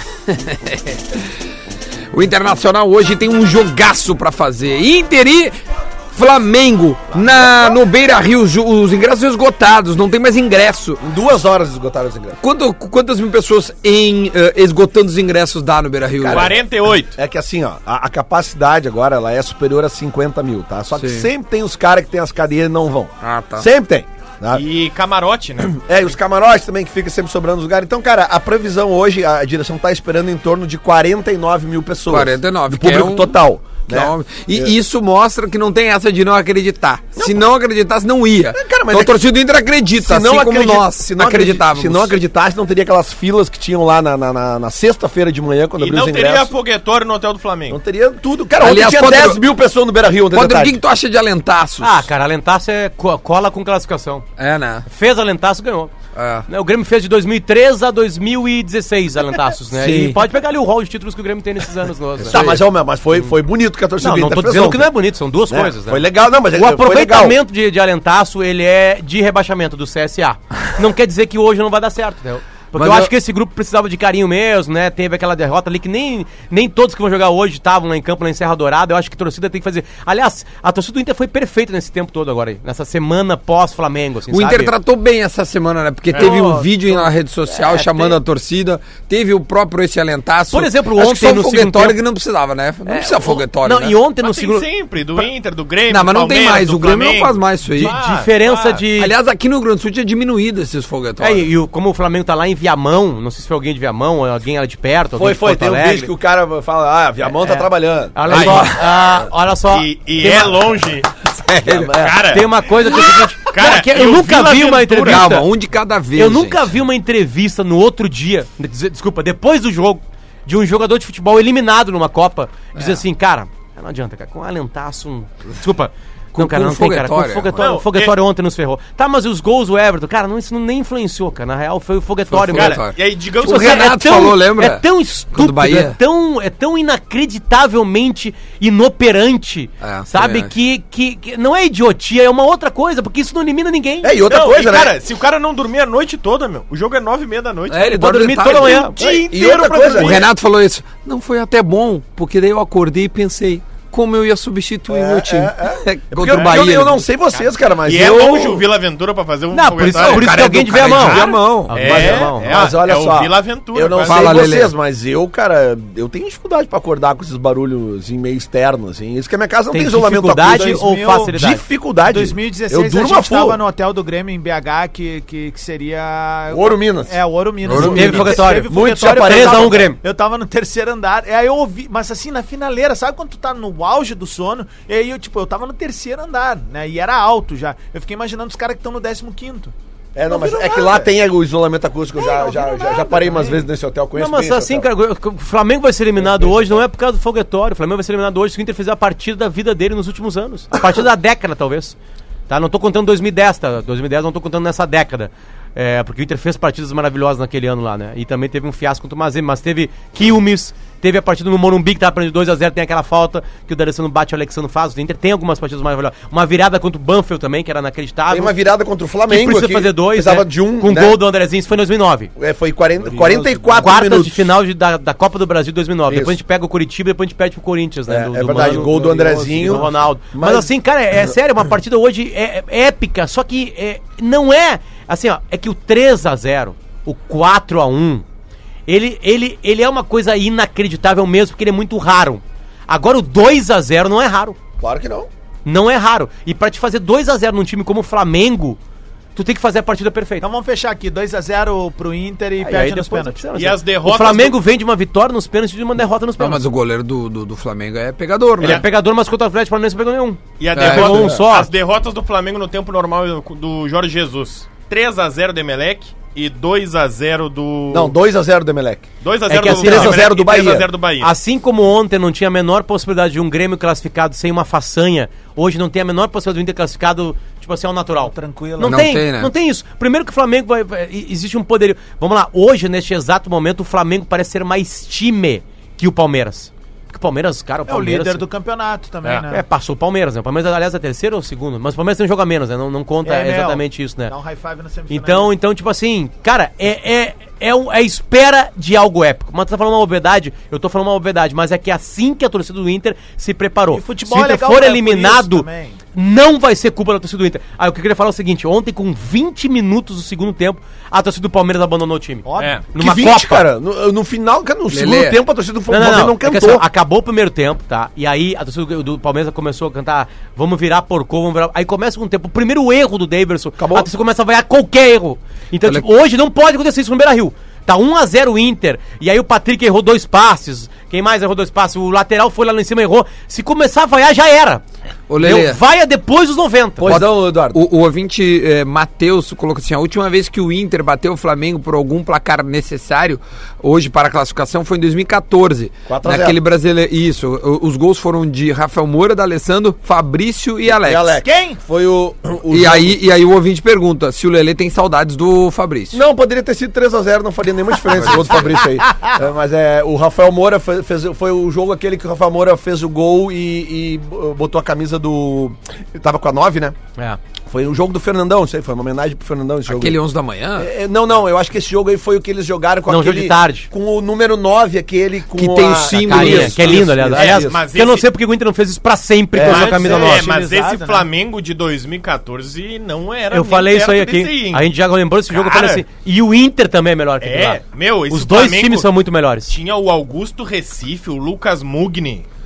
O Internacional hoje tem um jogaço pra fazer. Inter e Flamengo na, no Beira-Rio. Os, os ingressos esgotados, não tem mais ingresso. Em duas horas esgotaram os ingressos. Quanto, quantas mil pessoas em, eh, esgotando os ingressos dá no Beira-Rio? quarenta e oito. É que assim, ó, a, a capacidade agora, ela é superior a cinquenta mil, tá? Só que Sim. sempre tem os caras que tem as cadeiras e não vão. Ah, tá. Sempre tem. Tá? E camarote, né? É, e os camarotes também, que fica sempre sobrando os lugares. Então, cara, a previsão hoje, a direção tá esperando em torno de quarenta e nove mil pessoas. quarenta e nove, do que é público um- total. Que Né? é um- E isso mostra que não tem essa de não acreditar. Se não acreditasse, não ia. Cara, mas então é a torcida do Inter acredita, assim como acredita- nós se não acreditávamos. Se não acreditasse, não teria aquelas filas que tinham lá na, na, na- na sexta-feira de manhã, quando E abriu não os teria ingressos. foguetório no hotel do Flamengo. Não teria tudo. Cara, Aliás, ontem tinha Podre- dez mil pessoas no Beira-Rio ontem Rodrigo, da o que, tarde. que tu acha de alentaços? Ah, cara, alentaço é co- cola com classificação. É, né? Fez alentaço, ganhou. É. Né, o Grêmio fez de dois mil e treze a dois mil e dezesseis alentaços, né? Sim. E pode pegar ali o rol de títulos que o Grêmio tem nesses anos. Nos, né? Tá, mas, ó, meu, mas foi, foi bonito que a torcida Não, do não Inter tô fez dizendo ontem, que não é bonito, são duas né? coisas, né? Foi legal, não, mas O foi legal. aproveitamento de, de alentaço, ele é de rebaixamento do C S A. Não quer dizer que hoje não vai dar certo, entendeu? Porque Mas eu, eu- acho que esse grupo precisava de carinho mesmo, né? Teve aquela derrota ali que nem, nem todos que vão jogar hoje estavam lá em campo, lá em Serra Dourada. Eu acho que a torcida tem que fazer... Aliás, a torcida do Inter foi perfeita nesse tempo todo agora, aí, nessa semana pós-Flamengo, assim, O Inter sabe? tratou bem essa semana, né? Porque teve um Oh, vídeo na rede social é, chamando tem- a torcida, teve o próprio esse alentaço. Por exemplo, Acho que ontem só no o segundo foguetório tempo- que não precisava, né? Não É, precisa o- foguetório, Não, né? e ontem no Mas tem segundo... sempre, do Inter, do Grêmio, Não, mas do não tem Palmeiras, mais, do o Grêmio não Flamengo. faz mais isso aí. Di- Ah, diferença claro. de... Aliás, aqui no Rio Grande do Sul tinha diminuído esses É, foguetórios. e, e o- como o Flamengo tá lá em Viamão, não sei se foi alguém de Viamão, alguém lá de perto, alguém Foi, de foi, Porto tem um Alegre. vídeo que o cara fala, ah, Viamão tá É. trabalhando. Olha Aí. só, ah, olha só. E, e tem é uma- longe. Cara, Tem uma coisa que é o seguinte, Cara, não, que e eu o nunca Vila vi uma Ventura- entrevista. Calma, um de cada vez. Eu nunca gente. vi uma entrevista no outro dia, des- desculpa, depois do jogo, de um jogador de futebol eliminado numa Copa, dizer assim, cara, não adianta, cara, com um alentaço, um... desculpa. Com- não, cara, com não tem, cara. Com foguetório. o foguetório, Não, o foguetório ontem nos ferrou. Tá, mas os gols, o Everton, cara, não, isso não, nem influenciou, cara. Na real, foi o foguetório, Foi o cara. cara, foguetório. e aí, digamos O assim, Renato falou, lembra? É tão estúpido, Bahia. é tão, é tão inacreditavelmente inoperante, É, sabe? também acho. Que, que, que não é idiotia, é uma outra coisa, porque isso não elimina ninguém. É, e outra Não, coisa, e, né? cara, se o cara não dormir a noite toda, meu, o jogo é nove e meia da noite. É, ele Pode dorme dormir tarde. toda manhã. O dia E inteiro outra pra coisa, O dormir. Renato falou isso. Não foi até bom, porque daí eu acordei e pensei como eu ia substituir É, meu time. é, Porque Contra eu, o Bahia. eu, eu não sei vocês, cara, mas E é eu... longe o Vila Ventura pra fazer um Não, por isso, foguetário. por isso que cara é alguém do- de cara é de Viamão. Viamão. Alguém É, de Viamão. é, Mas olha é o só, Vila Ventura, eu não quase. sei Fala, vocês, Lelê. mas eu, cara, eu tenho dificuldade pra acordar com esses barulhos em meio externo, assim. Isso que a minha casa não tem, Tem isolamento dificuldade acústico. ou mil- facilidade? Dificuldade. Em dois mil e dezesseis eu a durmo gente a full. tava no hotel do Grêmio em B H, que, que, que seria... Ouro Minas. É, o Ouro Minas. Ouro Teve foguetório. Teve Muito foguetório, chaparrão. eu três a um tava- Grêmio. Eu tava no terceiro andar, e aí eu ouvi, mas assim, na finaleira, sabe quando tu tá no auge do sono? E aí eu, tipo, eu tava no terceiro andar, né, e era alto já. Eu fiquei imaginando os caras que estão no décimo quinto. É, não, Não mas viram é que nada. lá tem o isolamento acústico. Eu já, não já, viram já, já nada parei umas também. vezes nesse hotel, conheço Não, mas bem esse assim, hotel. cara, o Flamengo vai ser eliminado hoje, não é por causa do foguetório. O Flamengo vai ser eliminado hoje se o Inter fizer a partida da vida dele nos últimos anos. A partida da década, talvez. Tá? Não tô contando dois mil e dez, tá? dois mil e dez não tô contando nessa década. É, porque o Inter fez partidas maravilhosas naquele ano lá, né? E também teve um fiasco contra o Mazembe, mas teve Quilmes, teve a partida no Morumbi que tava perdendo dois a zero, tem aquela falta que o D'Alessandro bate e o Alexandre faz. O Inter tem algumas partidas maravilhosas. Uma virada contra o Banfield também, que era inacreditável. Tem uma virada contra o que Flamengo precisa aqui, fazer dois, precisava né? de um, com né? gol do Andrezinho, isso foi em dois mil e nove. É, foi quarenta, quarenta e quatro Quartas minutos. de final de- da, da Copa do Brasil dois mil e nove. Isso. Depois a gente pega o Curitiba, depois a gente perde pro Corinthians, né? É, é verdade, Mano, gol do glorioso, Andrezinho. do Ronaldo. Mas, Mas- assim, cara, é, é sério, uma partida hoje é, é épica, só que é, não é, assim, ó, é que o três a zero, o quatro a um, ele, ele, ele é uma coisa inacreditável mesmo, porque ele é muito raro. Agora o dois a zero não é raro. Claro que não. Não é raro. E pra te fazer dois a zero num time como o Flamengo, tu tem que fazer a partida perfeita. Então vamos fechar aqui, dois a zero pro Inter e Aí, perde aí nos depois- pênaltis. E as derrotas O Flamengo vem de uma vitória nos pênaltis e de uma derrota nos Não, pênaltis. mas o goleiro do, do, do Flamengo é pegador, Ele né? é pegador, mas contra o Atlético Paranaense não pegou nenhum. E a É, derrota, um só. as derrotas do Flamengo no tempo normal do Jorge Jesus. três a zero do Emelec e dois a zero do... Não, dois a zero do Emelec. dois a É zero que do assim, Emelec três a zero do e três a Bahia. zero do Bahia. Assim como ontem não tinha a menor possibilidade de um Grêmio classificado sem uma façanha, hoje não tem a menor possibilidade do Inter classificado, tipo assim, ao natural. Tranquilo. Não, Não tem, tem, né? não tem isso. Primeiro que o Flamengo vai, vai- existe um poderio. Vamos lá, hoje, neste exato momento, o Flamengo parece ser mais time que o Palmeiras. Porque o Palmeiras, cara, o É o Palmeiras... líder do campeonato também, É. né? É, passou o Palmeiras, né? O Palmeiras, aliás, é terceiro ou segundo? Mas o Palmeiras tem um jogo a menos, né? Não, não conta É, né, exatamente isso, né? Dá um high five na semifinal. Então, então, tipo assim, cara, é, é, é, um- é a espera de algo épico. Mas tu tá falando uma obviedade, eu tô falando uma obviedade, mas é que é assim que a torcida do Inter se preparou. E futebol se o é Inter legal for por eliminado, isso também. não vai ser culpa da torcida do Inter. Ah, o que eu queria falar é o seguinte, ontem com vinte minutos do segundo tempo, a torcida do Palmeiras abandonou o time. Óbvio. É. Numa que vinte, Copa. cara. No, no final, cara, no segundo tempo, a torcida do Não, Flamengo não, não, não. É que cantou. assim, ó, acabou o primeiro tempo, tá? E aí a torcida do, do Palmeiras começou a cantar vamos virar porcô, vamos virar... Aí começa com o tempo. O primeiro erro do Daverson, Acabou. a torcida começa a vaiar qualquer erro. Então, Olha- tipo, hoje não pode acontecer isso no Beira-Rio. Tá um a zero o Inter, e aí o Patrick errou dois passes. Quem mais errou dois passes? O lateral foi lá em cima e errou. Se começar a vaiar, já era. Ô, Lelê. Entendeu? Vaia depois dos noventa. Pois não, Eduardo. O, o ouvinte eh, Matheus colocou assim: a última vez que o Inter bateu o Flamengo por algum placar necessário hoje para a classificação foi em dois mil e catorze. quatro a zero. Naquele brasileiro. Isso. o- Os gols foram de Rafael Moura, D'Alessandro, Fabrício e Alex. E Alex. Quem? Foi o... o E jogo- aí, e aí o ouvinte pergunta se o Lelê tem saudades do Fabrício. Não, poderia ter sido três a zero, não faria nenhuma diferença o gol do Fabrício aí. É, mas é, o Rafael Moura fez, fez- foi o jogo aquele que o Rafael Moura fez o gol e, e botou a camisa do... Ele tava com a nove, né? É. Foi o jogo do Fernandão, isso aí, foi uma homenagem pro Fernandão esse jogo. Aquele aí. onze da manhã? É, não, não, eu acho que esse jogo aí foi o que eles jogaram com Não, aquele... jogo de tarde. Com o número nove, aquele com Que tem a- o símbolo. Carinha, Isso, que é lindo, isso, aliás. isso, aliás isso. mas que eu não esse- sei porque o Inter não fez isso pra sempre É, com a sua Mas, camisa é, nova. mas Utilizado, esse né? Flamengo de dois mil e catorze não era Eu nem falei isso aí perto aqui. desse aí, hein? A gente já lembrou esse jogo, eu Cara. falei assim. E o Inter também é melhor que aquele É, lá. meu, esse Os dois Flamengo times são muito melhores. Tinha o Augusto Recife, o Lucas Mugni.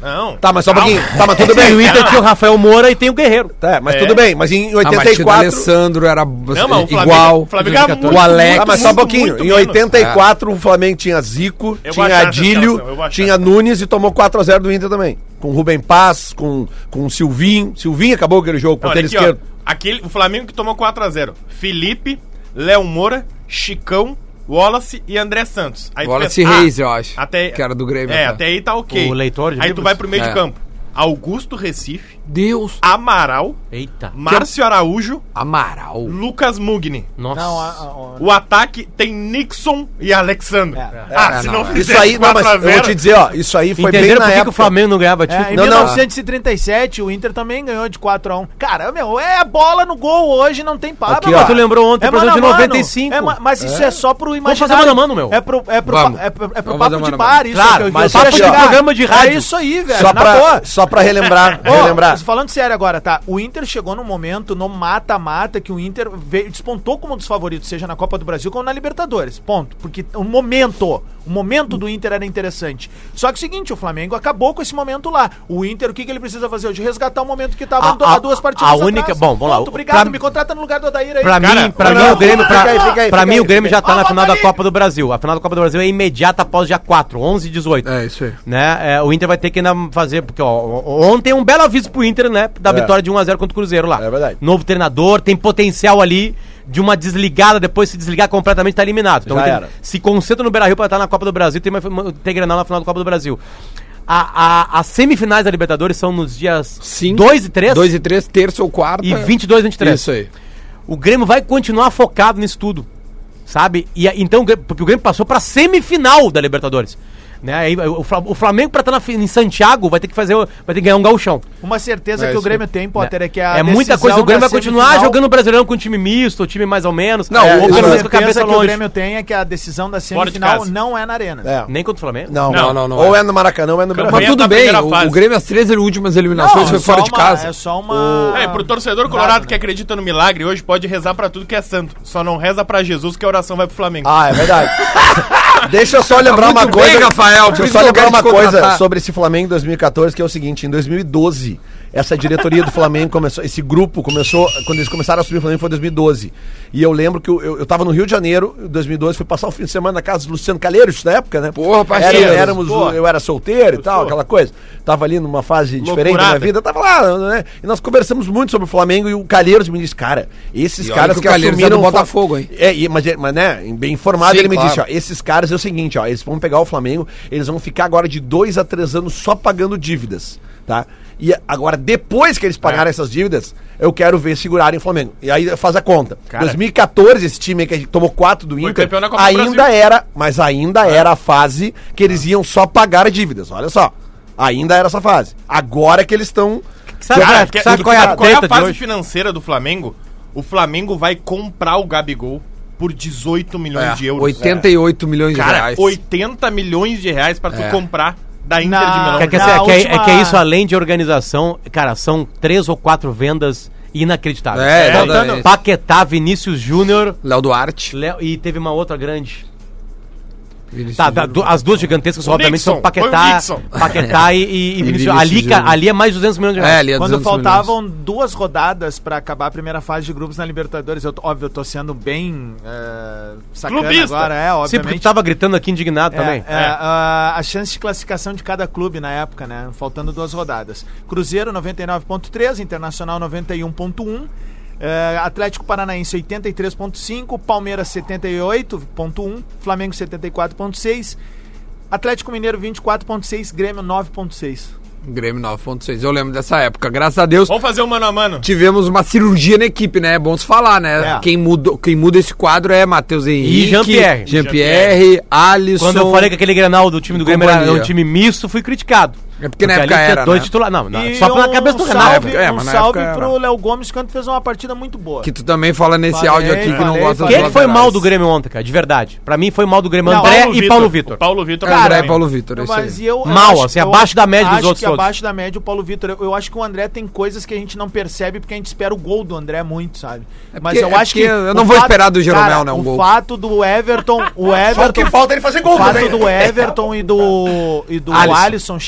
Não. Tá, mas só um Calma. pouquinho. Tá, mas tudo E bem. o Inter tinha o Rafael Moura e tem o Guerreiro. Tá, mas É. tudo bem. Mas em Ah, mas tinha o oitenta e quatro... Alessandro, era Não, mas o Flamengo, igual. o Flamengo era muito, o Alex. Ah, mas só um muito, pouquinho. muito Em menos. oitenta e quatro o Flamengo tinha Zico, Eu vou tinha achar essa Adílio, escalação, eu vou achar. tinha Nunes e tomou quatro a zero do Inter também. Com o Rubem Paz, com, com o Silvinho. Silvinho acabou aquele jogo, Não, olha ponteiro aqui, ó. esquerdo. Aquele, o Flamengo que tomou quatro a zero. Felipe, Léo Moura, Chicão, Wallace e André Santos. Aí tu Wallace pensa, Reis, eu acho, Até, que era do Grêmio, É, tá? até aí tá ok. O leitor de Aí tu livros? vai pro meio É. de campo. Augusto Recife, Deus. Amaral, Eita. Márcio Araújo, Amaral. Lucas Mugni. Nossa. Não, a, a, a, O ataque tem Nixon e Alexandre. É. Ah, É, se não, não, é. fizesse Isso aí, não, mas quatro a eu vou zero, te dizer, ó, isso aí foi Entenderam bem por na que, que época. o Flamengo não ganhava É, título? em Não, mil não. novecentos e trinta e sete, o Inter também ganhou de quatro a um. Cara, meu, é a bola no gol hoje, não tem papo. Aqui, mano. ó. Tu lembrou ontem, por mano exemplo, de a mano. noventa e cinco. É, ma- mas isso é, só pro fazer imaginário. mano a mano, meu. É pro, é pro, Vamos. pa- é pro, é pro Vamos papo fazer de mano a bar, mano. isso. Claro, que eu- mas eu quero papo de chegar. programa de rádio. É isso aí, velho, Só na pra, boa. só pra relembrar, Ô, relembrar. falando sério agora, tá? O Inter chegou num momento, no mata-mata, que o Inter veio, despontou como um dos favoritos, seja na Copa do Brasil como na Libertadores. Ponto. Porque o momento, o momento do Inter era interessante. Só que é o seguinte, o Flamengo acabou com esse momento lá. O Inter, o que, que ele precisa fazer hoje? Resgatar o momento que tava A- há a- duas partidas a única- bom, vamos lá. Ponto, obrigado, Pra- me contrata no lugar do Odair aí. Pra Cara, mim, pra não, mim não, o Grêmio, fica pra, aí, fica aí, pra fica mim aí, o Grêmio fica já tá aí. na Ah, final bota da aí. Copa do Brasil. A final da Copa do Brasil é imediata após dia quatro, onze e dezoito. É, isso aí. Né? É, o Inter vai ter que ainda fazer, porque ó, ontem um belo aviso pro Inter, né? Da É. vitória de um a zero contra o Cruzeiro lá. É verdade. Novo treinador, tem potencial ali de uma desligada, depois se desligar completamente tá eliminado. Então Já o Inter era. se concentra no Beira-Rio pra estar na Copa do Brasil, tem ter Grenal na final da Copa do Brasil. A, a- as semifinais da Libertadores são nos dias Cinco, dois e três dois e três, terça ou quarta. e vinte e dois, vinte e três. Isso aí. O Grêmio vai continuar focado nisso tudo, sabe? E a- então, o Grêmio- porque o Grêmio passou pra semifinal da Libertadores. Né? Aí, o Fla- o Flamengo, pra estar na fi- em Santiago, vai ter que fazer, o- vai ter que ganhar um gauchão. Uma certeza É que o isso Grêmio tem, Potter, é que a É muita decisão coisa. O Grêmio da vai continuar semifinal- jogando o Brasileirão com time misto, time mais ou menos. Não, é, o- ou isso pelo é menos com a cabeça certeza que o longe. Grêmio tem é que a decisão da Fora de semifinal casa. não é na arena. É. Nem contra o Flamengo. Não, Não, não, não Ou é. é no Maracanã ou é no Campanha Mas Brasil. tudo da bem, primeira o, fase. o Grêmio, as três últimas eliminações, foi é fora só de uma- casa. É só uma... É, pro torcedor colorado que acredita no milagre, hoje pode rezar pra tudo que é santo. Só não reza pra Jesus que a oração vai pro Flamengo. Ah, é verdade. Deixa eu só lembrar Tá muito uma coisa, bem, Rafael, por Deixa eu isso só que eu lembrar quero uma te coisa contratar. sobre esse Flamengo em dois mil e quatorze, que é o seguinte, em dois mil e doze, essa diretoria do Flamengo começou, esse grupo começou, quando eles começaram a assumir o Flamengo foi em dois mil e doze. E eu lembro que eu, eu, eu tava no Rio de Janeiro, em dois mil e doze, fui passar o fim de semana na casa do Luciano Calheiros, na época, né? Porra, Era, parceiro. éramos, Porra. eu era solteiro e tal, sou. aquela coisa. Tava ali numa fase diferente da Loucurada. minha vida, tava lá, né? E nós conversamos muito sobre o Flamengo e o Calheiros me disse, cara, esses E olha caras que o que, Calheiros é assumiram do o Fla- Botafogo, hein? É, e- mas, mas né, bem informado, Sim, ele me claro. disse, ó, esses caras é o seguinte, ó, eles vão pegar o Flamengo, eles vão ficar agora de dois a três anos só pagando dívidas, tá? E agora, depois que eles pagarem essas dívidas, eu quero ver segurarem o Flamengo. E aí faz a conta. Cara. dois mil e quatorze, esse time aí que a gente tomou quatro do Foi Inter, campeão da Copa do ainda Brasil. era, mas ainda era a fase que eles iam só pagar dívidas, olha só. Ainda era essa fase. Agora que eles estão... Sabe, Cara, cara, quer- sabe qual é a qual é a treta de fase hoje? financeira do Flamengo? O Flamengo vai comprar o Gabigol por dezoito milhões É, de euros. oitenta e oito milhões de Cara, reais. oitenta milhões de reais pra tu É. comprar da Inter Na- de Milão. Que, que, Na assim, é, que, é- última- é que é isso, além de organização, cara, são três ou quatro vendas inacreditáveis. É, É, exatamente. Paquetá, Vinícius Júnior, Léo Duarte. Léo- e teve uma outra grande. Vinícius Tá, da- Júnior. du- as duas gigantescas, O obviamente, Nixon, são Paquetá, foi o Nixon. Paquetá e, e, e Vinícius. Vinícius Ali, ca- Júnior. ali é mais de duzentos milhões de É, reais. ali é Quando duzentos faltavam duas rodadas pra acabar a primeira fase de grupos na Libertadores, eu, tô- óbvio, eu tô sendo bem é, sacana Clubista. agora, é, Sim, porque obviamente. tu tava gritando aqui indignado É, também. é, a, a chance de classificação de cada clube na época, né? Faltando duas rodadas. Cruzeiro noventa e nove ponto três, Internacional noventa e um ponto um, é, Atlético Paranaense oitenta e três ponto cinco, Palmeiras setenta e oito ponto um, Flamengo setenta e quatro ponto seis, Atlético Mineiro vinte e quatro ponto seis, Grêmio nove ponto seis. Grêmio nove ponto seis. Eu lembro dessa época. Graças a Deus, Vamos fazer um mano a mano. tivemos uma cirurgia na equipe, né? É bom se falar, né? É. Quem, muda, quem muda esse quadro é Matheus Henrique, Jean-Pierre. Jean-Pierre, Alisson. Quando eu falei que aquele Grenal do time do Grêmio era companhia. um time misto, fui criticado. É porque na ali época tinha era, dois né? titulares. Não, não E só pela um cabeça do salve, Renato. É, um mas na salve época pro era. Léo Gomes, que fez uma partida muito boa. Que tu também fala nesse Falei, áudio aqui que não falei, gosta falei. Quem é que foi laterais. mal do Grêmio ontem, cara? De verdade. Pra mim foi mal do Grêmio Não, André Paulo e Vitor. Paulo Vitor. O Paulo Vitor. André também. e Paulo Vitor, é isso Mas aí. eu, eu Mal, acho- assim, eu abaixo da média dos acho outros que todos. abaixo da média o Paulo Vitor. Eu, eu acho que o André tem coisas que a gente não percebe porque a gente espera o gol do André muito, sabe? É Mas porque- eu é acho que porque eu o não vou esperar do Jeromel, cara, né, um o gol. fato do Everton, o Só Everton, que falta ele fazer o gol fato também. do Everton e do e do Alisson. Alisson chegarem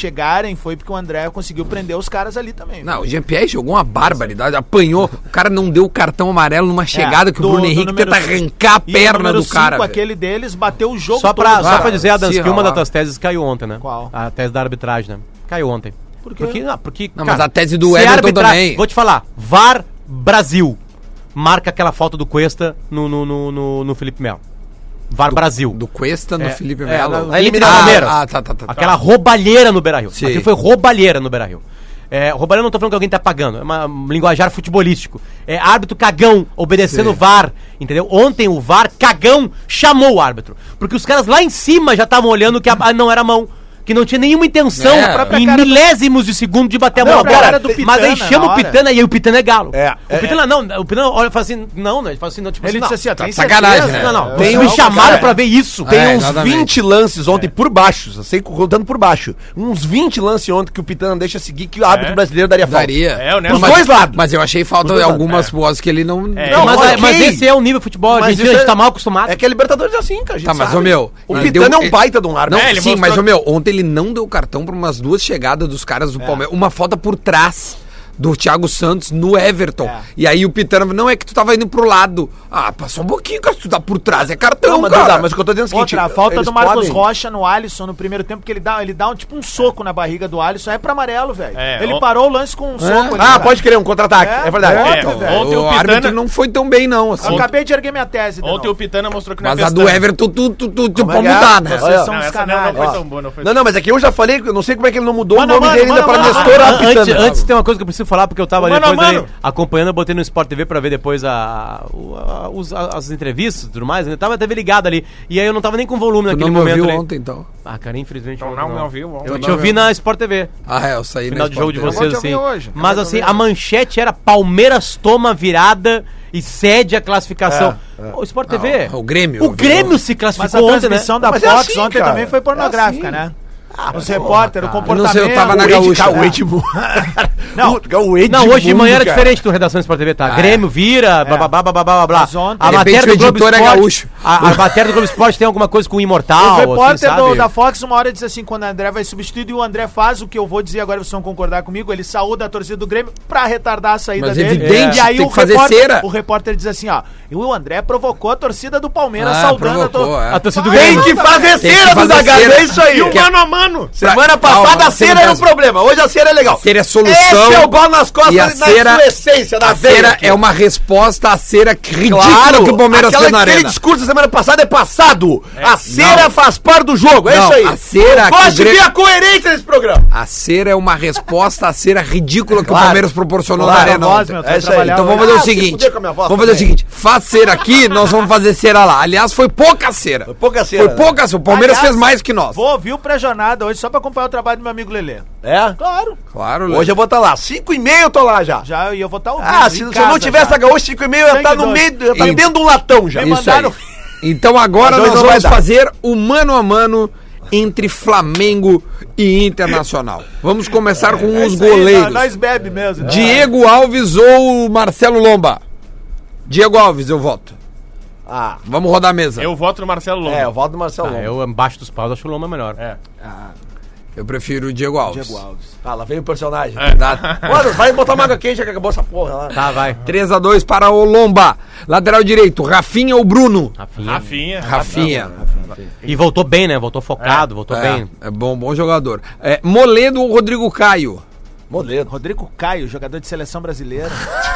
pararem, foi porque o André conseguiu prender os caras ali também. Não, o Jean-Pierre jogou uma barbaridade, apanhou, o cara não deu o cartão amarelo numa chegada que do- o Bruno do Henrique número tenta cinco. arrancar a E o perna número do cara. cinco, velho. aquele deles bateu o jogo Só pra, todo. só Ah, pra dizer, Adams, se que uma rolar. das tuas teses caiu ontem, né? Qual? A tese da arbitragem, né? Caiu ontem. Por quê? Porque, não, porque, Não, mas a tese do se Everton arbitrar- também. Vou te falar, V A R Brasil marca aquela falta do Cuesta no, no, no, no, no Felipe Melo. V A R Brasil. Do Cuesta no É, Felipe é, Melo. na- Ah, Inter e ah, Palmeiras. ah, tá, tá, tá. Aquela roubalheira no Beira-Rio. Sim. Aquilo foi roubalheira no Beira-Rio. É, roubalheira não tô falando que alguém tá pagando, é uma um linguajar futebolístico. É árbitro cagão, obedecendo o V A R, entendeu? Ontem o V A R, cagão, chamou o árbitro. Porque os caras lá em cima já estavam olhando que a, a- não era mão. Que não tinha nenhuma intenção É, a própria em cara do- milésimos de segundo de bater a Não, bola a própria fora. cara do Mas aí Pitana, chama na o hora. Pitana e aí o Pitana é galo. É, o Pitana não, o Pitana olha e fala assim, não, né? Ele fala assim, não, tipo Ele assim, disse assim, ó, Tá tem de sacanagem, certeza? né? não, não, Tem vocês me um- chamaram cara, pra ver isso. Tem É, uns exatamente. vinte lances ontem por baixo, eu sei, contando por baixo. Uns vinte lances ontem que o Pitana deixa seguir que o árbitro É. brasileiro daria falta. Daria. É, o Neto- Pros Mas- dois lados. Mas eu achei falta Os em dois algumas lados. vozes que ele não. É, Não, mas, ok. mas esse é o nível de futebol, a Mas gente, a isso gente é- tá mal acostumado. É que a Libertadores é assim, cara. a gente Tá, mas sabe. ô meu. O ele Pitana deu- é um baita de um árbitro. Não, É, ele sim, mostrou- mas ô meu, ontem ele não deu cartão pra umas duas chegadas dos caras do Palmeiras. Uma falta por trás do Thiago Santos no Everton. É. E aí o Pitana, não é que tu tava indo pro lado. Ah, passou um pouquinho, cara, se tu tá por trás, é cartão, Não, mas, cara. Duda, mas o que eu tô dizendo é o seguinte... Outra, a falta eles do Marcos podem- Rocha no Alisson no primeiro tempo, que ele dá, ele dá um, tipo um soco na barriga do Alisson, é pra amarelo, velho. É, ele o- parou o lance com um soco ali, Ah, cara. pode crer, um contra-ataque. É, É, verdade. é, Então, velho. Ontem o o árbitro Pitana- não foi tão bem, não. Assim. Eu acabei de erguer minha tese. de Ontem novo. o Pitana mostrou que não é Mas a do pestana. Everton, tu, tu, tu, tu Como é pode que é? mudar, né? Vocês Olha, são Não, uns essa não, não canalhas. foi Ó. tão boa, não foi Não, não, mas é que eu já falei, eu não sei como é que ele não mudou Mano, o nome mano, dele ainda mano, pra mano, Nestor mano, Pitana. Antes, antes tem uma coisa que eu preciso falar, porque eu tava Mano, depois mano. aí acompanhando, eu botei no Sport T V pra ver depois a, o- a- os- a- as entrevistas e tudo mais, eu tava até ligado ali, e aí eu não tava nem com volume Tu naquele não me momento ouviu ali. ontem, então. Ah, cara, infelizmente Então ontem não me ouviu ontem. Eu Não te me ouvi ouviu. na Sport T V. Ah, é, eu saí Final na de jogo de Sport T V. vou vocês, te assim. ouvir hoje. Mas Acabei de assim, ouvir. a manchete era Palmeiras toma virada e cede a classificação. O Sport T V. Não, o Grêmio. O Grêmio se Mas a classificou ontem, né? transmissão da Mas é Fox assim, ontem cara. também foi pornográfica, É assim. né? Os repórteres, o Eu comportamento... não sei, eu tava na O Ed- Gaúcha. cara, o É. Edmundo. Não, O Edmundo, Não, hoje de manhã era cara. diferente do Redação Sport T V, tá? Ah, Grêmio vira, blá, blá, blá, blá, blá, blá, blá. Mas ontem- A De matéria repente do o Globo editor é Esporte, gaúcho. a, a matéria do Globo Esporte tem alguma coisa com o O Imortal, repórter assim, do- sabe? da Fox uma hora disse assim, quando o André vai substituir, e o André faz o que eu vou dizer agora, vocês vão concordar comigo, ele saúda a torcida do Grêmio pra retardar a saída Mas dele. evidente, e aí tem o que fazer repórter, cera. o repórter diz assim, ó, e o André provocou a torcida do Palmeiras Ah, saudando a provocou, torcida. é. A torcida do Tem Grêmio. que fazer Tem que cera do fazer Zagallo, cera. é isso aí. E o Que é- mano a mano. Semana Calma, passada a você cera não era um pensa. problema, hoje a cera é legal. A cera é solução. Esse é o bola nas costas E a na cera- sua essência, da A veia cera aqui. é uma resposta à cera ridícula Claro, que o Palmeiras aquela, fez na aquele arena. discurso da semana passada é passado. a cera não. faz parte do jogo, é Não, isso aí. a cera Eu que gosto o de Grêmio- ver a coerência desse programa. A cera é uma resposta à cera ridícula que Claro. o Palmeiras proporcionou Claro, na arena. a voz, ontem. meu, tu É vai isso aí. trabalhar Então hoje. vamos fazer Ah, o se seguinte. fuder com a minha voz Vamos fazer o também. seguinte. Faz cera aqui, nós vamos fazer cera lá. Aliás, foi pouca cera. Foi pouca cera. Foi pouca cera. O Palmeiras Aliás, fez mais que nós. Vou ouvir o pré-jornada hoje só pra acompanhar o trabalho do meu amigo Lelê. É? Claro. Claro, Hoje eu vou estar lá. cinco e meia eu tô lá já. Já, e eu vou estar ouvindo. Ah, em se, se eu casa não tivesse já. a gaúcha cinco e meia, eu ia estar no Sangue meio, doce. eu ia estar E- dentro de um latão já. Me Isso mandaram- aí. Então agora Mas hoje nós não vai vamos dar. fazer o mano a mano entre Flamengo e Internacional. Vamos começar com É os isso aí, goleiros. Nós bebe mesmo. Diego Alves ou Marcelo Lomba? Diego Alves, eu voto. Ah, Vamos rodar a mesa. Eu, Eu voto no Marcelo Lomba. é, eu volto do Marcelo Ah, Lomba. eu embaixo dos paus acho o Loma melhor. É. prefiro o Diego Alves. Diego Alves. Ah, lá vem o personagem. Dá Mano, vai botar uma água quente já que acabou essa porra lá. Tá, vai. três a dois para o Lomba. Lateral direito, Rafinha ou Bruno? Rafinha. Rafinha. Rafinha. E voltou bem, né? Voltou focado, voltou É, bem. é bom, bom jogador. É, Moledo ou Rodrigo Caio? Moledo. Rodrigo Caio, jogador de seleção brasileira.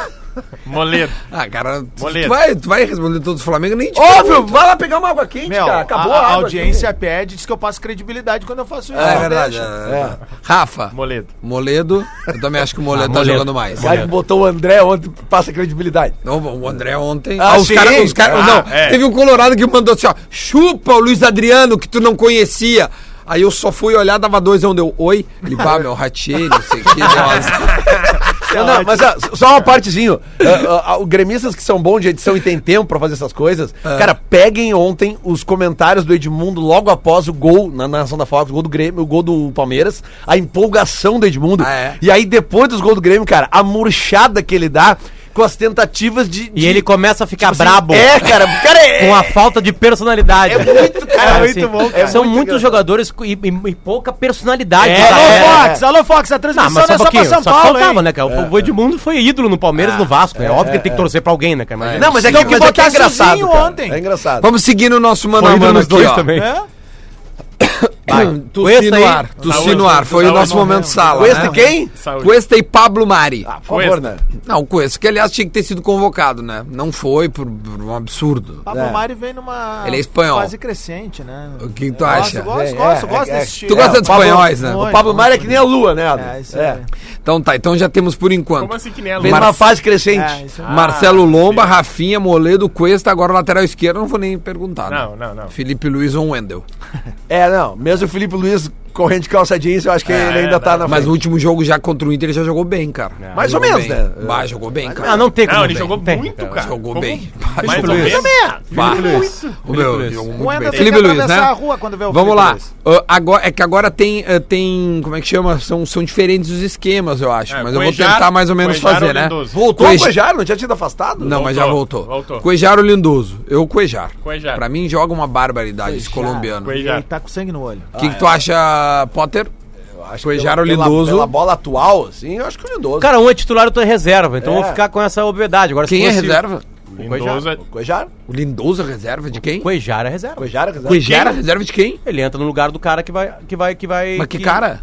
Moledo. Ah, cara, tu, Moledo. tu vai, tu vai responder todos os Flamengo, nem te Óbvio, pergunto. vai lá pegar uma água quente, Meu, cara. Acabou a, a a, água audiência aqui. pede, diz que eu passo credibilidade quando eu faço isso. É, Não verdade. deixa. é. Rafa, Moledo. Moledo, eu também acho que o Moledo Ah, tá Moledo. jogando mais. O cara que botou o André ontem passa credibilidade. Não, o André ontem. Ah, os sim. caras. Os cara, Ah, não, é. teve um Colorado que mandou assim: ó, chupa o Luiz Adriano, que tu não conhecia. Aí eu só fui olhar, dava dois, onde eu, oi? Ele, pá, meu, ratei, não sei o que. deu umas- Eu não, mas ó, só uma partezinho. Ah, ah, Os gremistas que são bons de edição e tem tempo pra fazer essas coisas, cara, peguem ontem os comentários do Edmundo logo após o gol na narração da Fox, o gol do Grêmio, o gol do Palmeiras, a empolgação do Edmundo. Ah, é? E aí depois dos gols do Grêmio, cara, a murchada que ele dá. com as tentativas de... E de- ele começa a ficar tipo assim, brabo É, cara, o cara é... com a falta de personalidade. É muito, cara, É muito assim, bom, cara. São É muito muitos engraçado. jogadores com- e, e- e pouca personalidade. Alô, Tá? É. Fox, alô, Fox, a Não, transmissão mas não só é um só pra pouquinho, São só que Paulo, faltava, hein? né, cara? O Edmundo foi ídolo no Palmeiras e no Vasco, né? Óbvio que tem que torcer pra alguém, né, cara? Mas Não, mas é que, Então que mas é, que é botasse o engraçado, Zinho cara. ontem. É engraçado. Vamos seguir no nosso mano foi a ídolo mano nos aqui, dois ó. também. É? Tossi Cuesta no aí. ar, Tossi Saúde, no ar. Foi o saúde, nosso saúde, momento saúde. sala, Cuesta né? quem? Saúde. Cuesta e Pablo Mari. Ah, por favor, né? Não, o Cuesta, que aliás tinha que ter sido convocado, né? Não foi por, por um absurdo. Pablo É. Mari vem numa Ele é espanhol. fase crescente, né? O que tu Eu acha? Gosto, É, gosto, gosto, é, gosto é, desse é. estilo. Tu gosta É, dos o Pablo- espanhóis, né? Muito. O Pablo Maia é que nem a lua, né, Adam? É, isso É. aí. Então tá, então já temos por enquanto. Como assim que nem a Vem Lua? numa fase crescente. É, isso aí. Marcelo Ah, Lomba, sim. Rafinha, Moledo, Cuesta, agora lateral esquerdo, não vou nem perguntar. Não, né? não, não. Felipe Luiz ou Wendel. É, não. Mesmo o Felipe Luiz correndo de calça jeans, eu acho que ele ainda é, tá não. na Mas frente. o último jogo já contra o Inter ele já jogou bem, cara. Mais Jogou ou menos, bem. né? Bah, jogou bem, cara. Ah, não tem como. Não, ele bem. jogou Tem, muito, cara. Jogou Como? bem. Mais ou Luiz. menos. Bah. Felipe Luiz. O meu, Luiz. jogou O muito Wendel bem. tem Felipe que Luiz, atravessar né? a rua quando vê o Vamos Felipe lá. Luiz. Ah, agora, é que agora tem, ah, tem. Como é que chama? São, são diferentes os esquemas, eu acho. É, mas eu vou Cuejar- tentar mais ou menos Cuejar fazer, ou né? Lindoso? Voltou Cuej- o Cuejar? Não tinha tido afastado? Não, mas já voltou. Voltou. Cuejar ou Lindoso? Eu, Cuejar. Cuejar. Pra mim, joga uma barbaridade esse Cuejar. colombiano. O Cuejar. Ele tá com sangue no olho. que, que tu acha, Potter? Eu acho Cuejar pela- ou pela- Lindoso? Pela bola atual, assim, eu acho que o Lindoso. Cara, um é titular e outro é reserva, então É. eu vou ficar com essa obviedade. Agora, se Quem é fosse- reserva? Lindoso é... O Cuejar? O Lindoso é reserva de quem? Cuejar é reserva. Cuejar é reserva. Cuejar é reserva de quem? Ele entra no lugar do cara que vai. Que vai, que vai Mas que cara?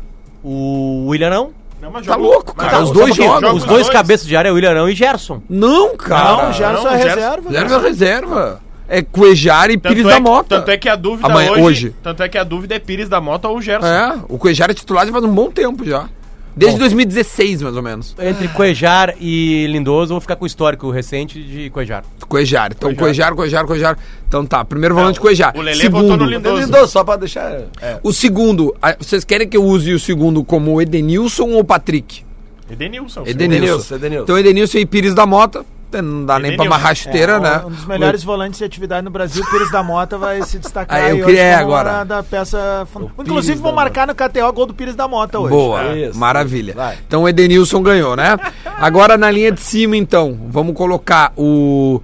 O Willianão. Não, mas Tá jogou- louco, mas cara. jogou- Os dois só um pouquinho, jogam. joga Os dois cabeças de área é o Willianão e Gerson. Não, cara. Não, o Gerson não, é o Gerson- reserva. Reserva é reserva. É Cuejar e Pires Tanto da é, que- Mota. tanto é que a dúvida Amanhã- hoje, hoje. Tanto é que a dúvida é Pires da Mota ou Gerson. É, o Cuejar é titular já faz um bom tempo já. Desde Bom. dois mil e dezesseis, mais ou menos. Entre Cuejar e Lindoso, eu vou ficar com o histórico recente de Cuejar. Cuejar. Então, Cuejar. Cuejar, Cuejar, Cuejar. Então tá, primeiro volante Cuejar. o Lelê botou no Segundo, Lindoso. Lindoso, só pra deixar... É. o segundo, ah, vocês querem que eu use o segundo como Edenilson ou Patrick? Edenilson. Edenilson. Edenilson, Edenilson. Então Edenilson e Pires da Mota. Não dá nem pra Edenilson. amarrar a chuteira, É, né? Um dos melhores volantes de atividade no Brasil, Pires da Mota, vai se destacar Ah, eu aí queria hoje como agora. uma da peça fun- Pires Inclusive, vão da marcar no K T O gol do Pires da Mota hoje. Boa, Isso, maravilha. vai. Então o Edenilson ganhou, né? Agora na linha de cima, então, vamos colocar o...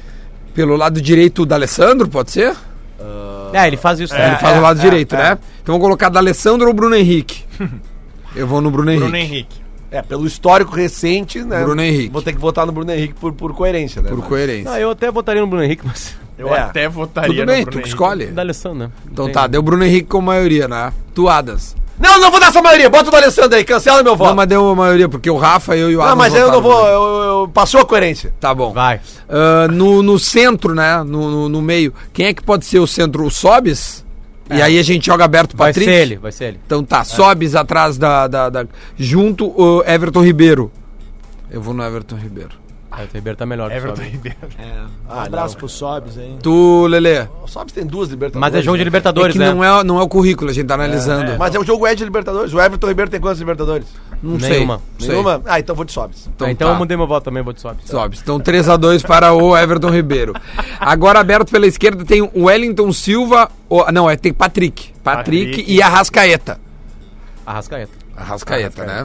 Pelo lado direito da Alessandro, pode ser? É, ele faz isso. Ele né? faz o lado é, direito, é. né? Então vamos colocar da Alessandro ou Bruno Henrique? Eu vou no Bruno Henrique. Bruno Henrique. É, pelo histórico recente, né? Bruno Henrique. Vou ter que votar no Bruno Henrique por, por coerência, né? Por Mas- coerência. Não, eu até votaria no Bruno Henrique, mas. Eu É. até votaria Tudo no bem, Bruno tu que Henrique. escolhe. Da Alessandro, né? Então Tem- tá, deu Bruno Henrique com maioria, né? Tuadas. Não, não vou dar essa maioria. Bota o do Alessandro aí, cancela meu voto. Não, mas deu uma maioria, porque o Rafa, eu e o Não, Adam mas eu não votaram vou... no- Eu, eu- passou a coerência. Tá bom. Vai. Ah, no, no centro, né? No, no, no meio, quem é que pode ser o centro? O Sobis? E aí a gente joga aberto Vai Patrick? ser ele, vai ser ele. Então tá, Sobis atrás da, da, da- junto o Everton Ribeiro. Eu vou no Everton Ribeiro. Ah, o Ribeiro tá melhor que o Everton Sobe. Ribeiro. Um abraço pro Sobs aí. Tu, Lelê. O Sobs tem duas Libertadores. Mas é jogo de né? É Libertadores, que né? não é, não é o currículo, a gente tá analisando. Mas é o jogo é de Libertadores. O Everton Ribeiro tem quantas Libertadores? Não Nenhuma. sei. Nenhuma? Ah, então vou de Sobs. Então, Ah, então tá. eu mudei meu voto também, vou de Sobe. Sobis. Então três a dois para o Everton Ribeiro. Agora aberto pela esquerda tem o Wellington Silva. O, não, é, tem Patrick. Patrick. Patrick. E Arrascaeta. Arrascaeta. Arrascaeta, né?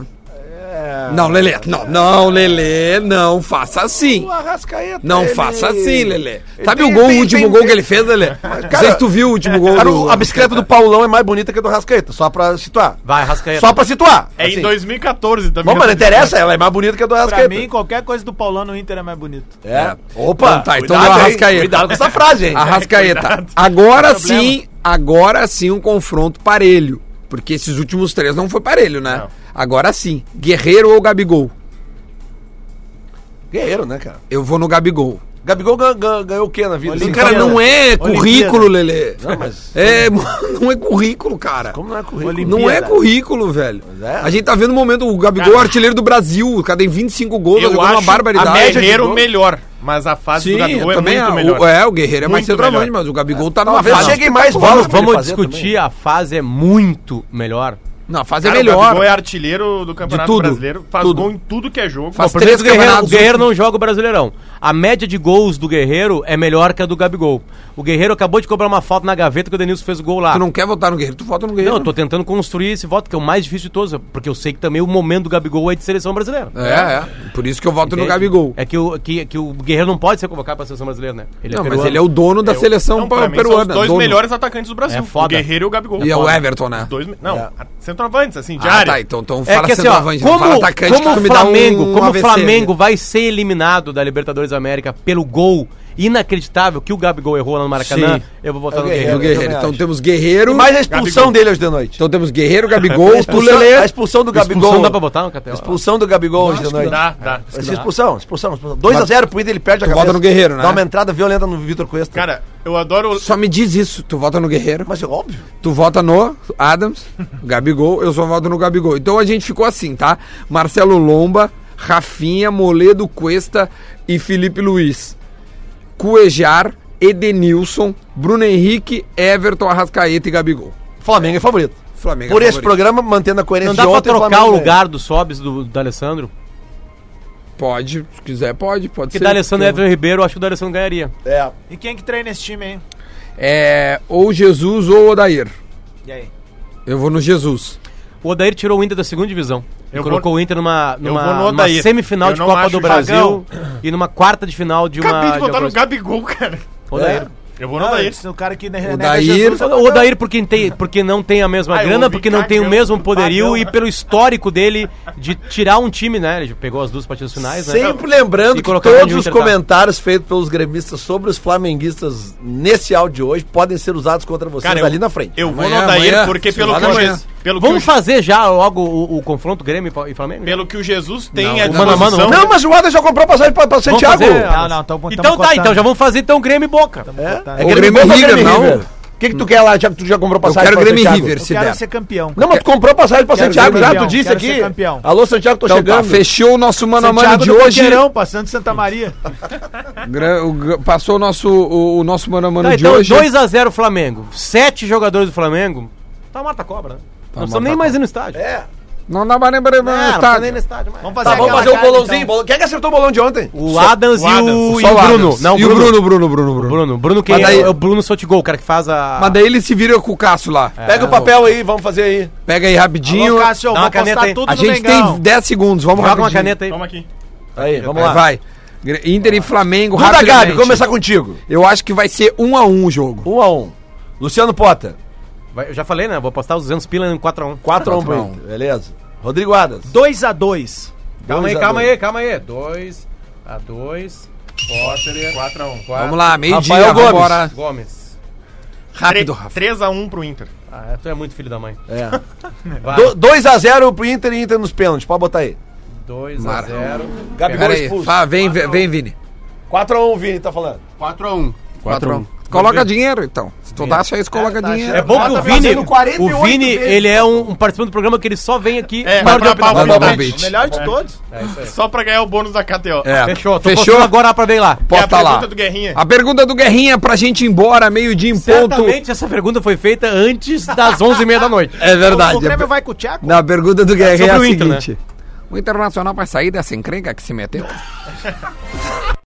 Não, Lelê. Não, não, Lelê. Não faça assim. O Arrascaeta. Não ele- faça assim, Lelê. ele Sabe tem- o gol, tem- o último tem- gol tem- que ele fez, Lelê? Não sei se tu viu o último gol Cara, do... o- a bicicleta do Paulão é mais bonita que a do Arrascaeta, só pra situar. Vai, Arrascaeta. Só pra situar. É assim. em dois mil e quatorze também. Bom, mas não interessa, ela é mais bonita que a do Pra Arrascaeta. mim, qualquer coisa do Paulão no Inter é mais bonito. É. Então Opa, tá, então cuidado, deu hein? Arrascaeta. Cuidado com essa frase, hein? Arrascaeta. Cuidado. Agora Não tem problema. sim, agora sim um confronto parelho. Porque esses últimos três não foi parelho, né? Não. Agora sim. Guerreiro ou Gabigol? Guerreiro, né, cara? Eu vou no Gabigol. Gabigol gan- gan- ganhou o quê na vida? Olimpíada. Cara, não é currículo, Lelê. Não, mas- É, não é currículo, cara. Como não é currículo? Olimpíada. Não é currículo, velho. Mas é. A gente tá vendo o momento, o Gabigol é o artilheiro do Brasil. O cara tem vinte e cinco gols, tá Eu jogando uma acho barbaridade. a Guerreiro melhor, mas a fase Sim, do Gabigol é também muito é, melhor. o, é, o Guerreiro é mais Muito centroavante, melhor. mas o Gabigol tá numa Talvez fase. cheguem mais espetacular. bolas pra ele Vamos fazer discutir, a fase é muito melhor. Não, a fase é Cara, o melhor. Gabigol é artilheiro do Campeonato tudo, Brasileiro, faz tudo. gol em tudo que é jogo. Faz Bom, três primeiro, o Guerreiro, o campeonatos Guerreiro últimos. não joga o Brasileirão. A média de gols do Guerreiro é melhor que a do Gabigol. O Guerreiro acabou de cobrar uma falta na gaveta que o Denilson fez o gol lá. Tu não quer votar no Guerreiro, tu vota no Guerreiro. Não, eu tô tentando construir esse voto, que é o mais difícil de todos, porque eu sei que também o momento do Gabigol é de seleção brasileira. É, é. Por isso que eu voto no Entende? Gabigol. É que o, que, que o Guerreiro não pode ser convocado pra seleção brasileira, né? Ele Não, mas peruano. ele é o dono da Eu- seleção não, pra mim, peruana. são os dois dono. melhores atacantes do Brasil. É foda. O Guerreiro e o Gabigol. E é o Foda. Everton, né? Os dois, não, É. centroavantes, assim, de Ah, área. tá, então, então É fala que assim, ó, centroavante, não como, fala atacante, como que tu o me dá Flamengo, um como A o V C. Flamengo vai ser eliminado da Libertadores da América pelo gol inacreditável que o Gabigol errou lá no Maracanã, Sim. eu vou votar É o no Guerreiro. No Guerreiro. Guerreiro. também Então acho. temos Guerreiro. E mais a expulsão Gabigol. dele hoje de noite. Então temos Guerreiro, Gabigol, A tu expulsão, Lelê. a expulsão do Expulsão Gabigol. dá pra botar no Catel? A expulsão do Gabigol hoje de noite. Dá, dá. Vai ser expulsão, expulsão, expulsão. dois a zero pro Inter, ele perde a Tu cabeça. vota no Guerreiro, né? Dá uma entrada violenta no Vitor Cuesta. Cara, eu adoro... Só me diz isso, tu vota no Guerreiro, Mas é óbvio. tu vota no Adams, Gabigol, eu só voto no Gabigol. Então a gente ficou assim, tá? Marcelo Lomba, Rafinha, Moledo, Cuesta e Felipe Luiz. Cuejar, Edenilson, Bruno Henrique, Everton, Arrascaeta e Gabigol. Flamengo é favorito. Flamengo Por é esse favorito. programa, mantendo a coerência Não dá de pra ontem, trocar Flamengo o ganha. lugar do Sobs do, do Alessandro? Pode, se quiser pode, pode Porque ser. da Alessandro e Porque- Everton Ribeiro, eu acho que o D'Alessandro ganharia. É. E quem que treina esse time, hein? É, ou Jesus ou Odair. E aí? Eu vou no Jesus. O Odair tirou o Inter da segunda divisão. Eu e colocou vou- o Inter numa, eu numa, vou no numa Odair. semifinal Eu de não Copa acho do o Brasil e numa quarta de final de uma... Acabei de votar no alguma- Gabigol, cara. Odair. Eu vou no Não, Daí. esse é o cara que ne- O nega Dair- Jesus, O Odair porque, tem, porque não tem a mesma Ah, eu grana, ouvi porque não tem o cagão, mesmo poderio cagão. e pelo histórico dele de tirar um time, né? Ele pegou as duas partidas finais, né? Sempre lembrando E que colocar todos onde o os Inter tá. comentários feitos pelos gremistas sobre os flamenguistas nesse áudio de hoje podem ser usados contra vocês Cara, eu- ali na frente. Eu vou Amanhã, no Odair amanhã. porque Sei pelo lá que, o amanhã. Jesus, pelo, que Vamos o, fazer já logo o, o confronto Grêmio e Flamengo? pelo que o Jesus tem Não, à o mano a mano, disposição... Não, mas o Adam já comprou passagem pra, pra Vamos Santiago. fazer? Não, não, tamo, Então tá, então já vamos fazer então Grêmio e Boca. É, é O Grêmio Grêmio Boca ou River, Grêmio não? River? O que, que tu quer lá, já que tu já comprou Eu passagem quero pra Grêmio e Santiago? River, Eu se quero der. ser campeão. Não, mas tu comprou passagem pra Quero Santiago ser já, campeão, tu disse quero ser aqui. campeão. Alô, Santiago, tô Então chegando. tá, fechou o nosso mano a mano Santiago de do hoje. Boqueirão, passando de Santa Maria. Gra- o gra- Passou o nosso, o, o nosso mano a mano Tá, de então hoje. dois a zero Flamengo. Sete jogadores do Flamengo. Tá mata cobra, né? não precisamos nem mata mais ir no estádio. É. Não dá mais nem pra ir no Não, não precisa estádio. nem no estádio mais. Vamos fazer Tá, vamos aquela fazer o carne, bolãozinho. então. bolão. Quem é que acertou o bolão de ontem? O Adams o e Adams, o, e Só o o Bruno. Adams. Não, E o Bruno, Bruno, Bruno, Bruno. Bruno. Bruno que Mas é, daí- é o Bruno Sotigol, o cara que faz a... Mas daí ele se vira com o Cássio lá. Pega o papel aí, vamos fazer aí. Pega aí rapidinho. Alô, Cássio, Dá vou uma caneta postar aí. tudo A no gente Mengão. tem dez segundos, vamos Joga uma rapidinho. caneta aí. Toma aqui. Aí, vamos Vai, lá. vai. Gre- Inter e Flamengo, Duda Gabi, rapidamente. vamos começar contigo. Eu acho que vai ser um a um o jogo. Um a um. Luciano Potter. Vai- Eu já falei, né? Vou postar os duzentos pila em quatro a um. quatro a um pro quatro a um. Inter. Beleza. Rodrigo Adas. dois a dois. Calma aí, dois a calma dois. aí, calma aí. dois a dois. Potter. quatro a um. Vamos lá, meio-dia, Rafael Gomes. vambora. Gomes. Rápido, Rafa. três a um pro Inter. Ah, tu é muito filho da mãe. É. Vai. dois a zero pro Inter e Inter nos pênaltis. Pode botar aí. dois a Mara. zero. Gabigol Pera aí, expulso. Fá, vem, vem, vem, Vini. quatro a um, Vini, tá falando. quatro a um. quatro a um. Coloca dinheiro, então. Se tu tá achando isso, coloca tá dinheiro. É bom que Tá o Vini, fazendo quarenta e o oito Vini, vezes. ele é um, um participante do programa que ele só vem aqui É, na hora pra- de pra- opinar. Manda pra- um beat. Melhor de todos. É isso aí. Só pra ganhar o bônus da K T O. É. Fechou, tô Fechou? postando agora pra ver lá. Que é a Posta lá. pergunta do Guerrinha. A pergunta do Guerrinha pra gente ir embora, meio-dia em ponto. Certamente essa pergunta foi feita antes das onze e meia da noite. É verdade. O Grêmio vai com o Thiago? Na pergunta do Guerrinha é sobre a o Inter, seguinte. O Internacional vai sair dessa encrenca que se meteu?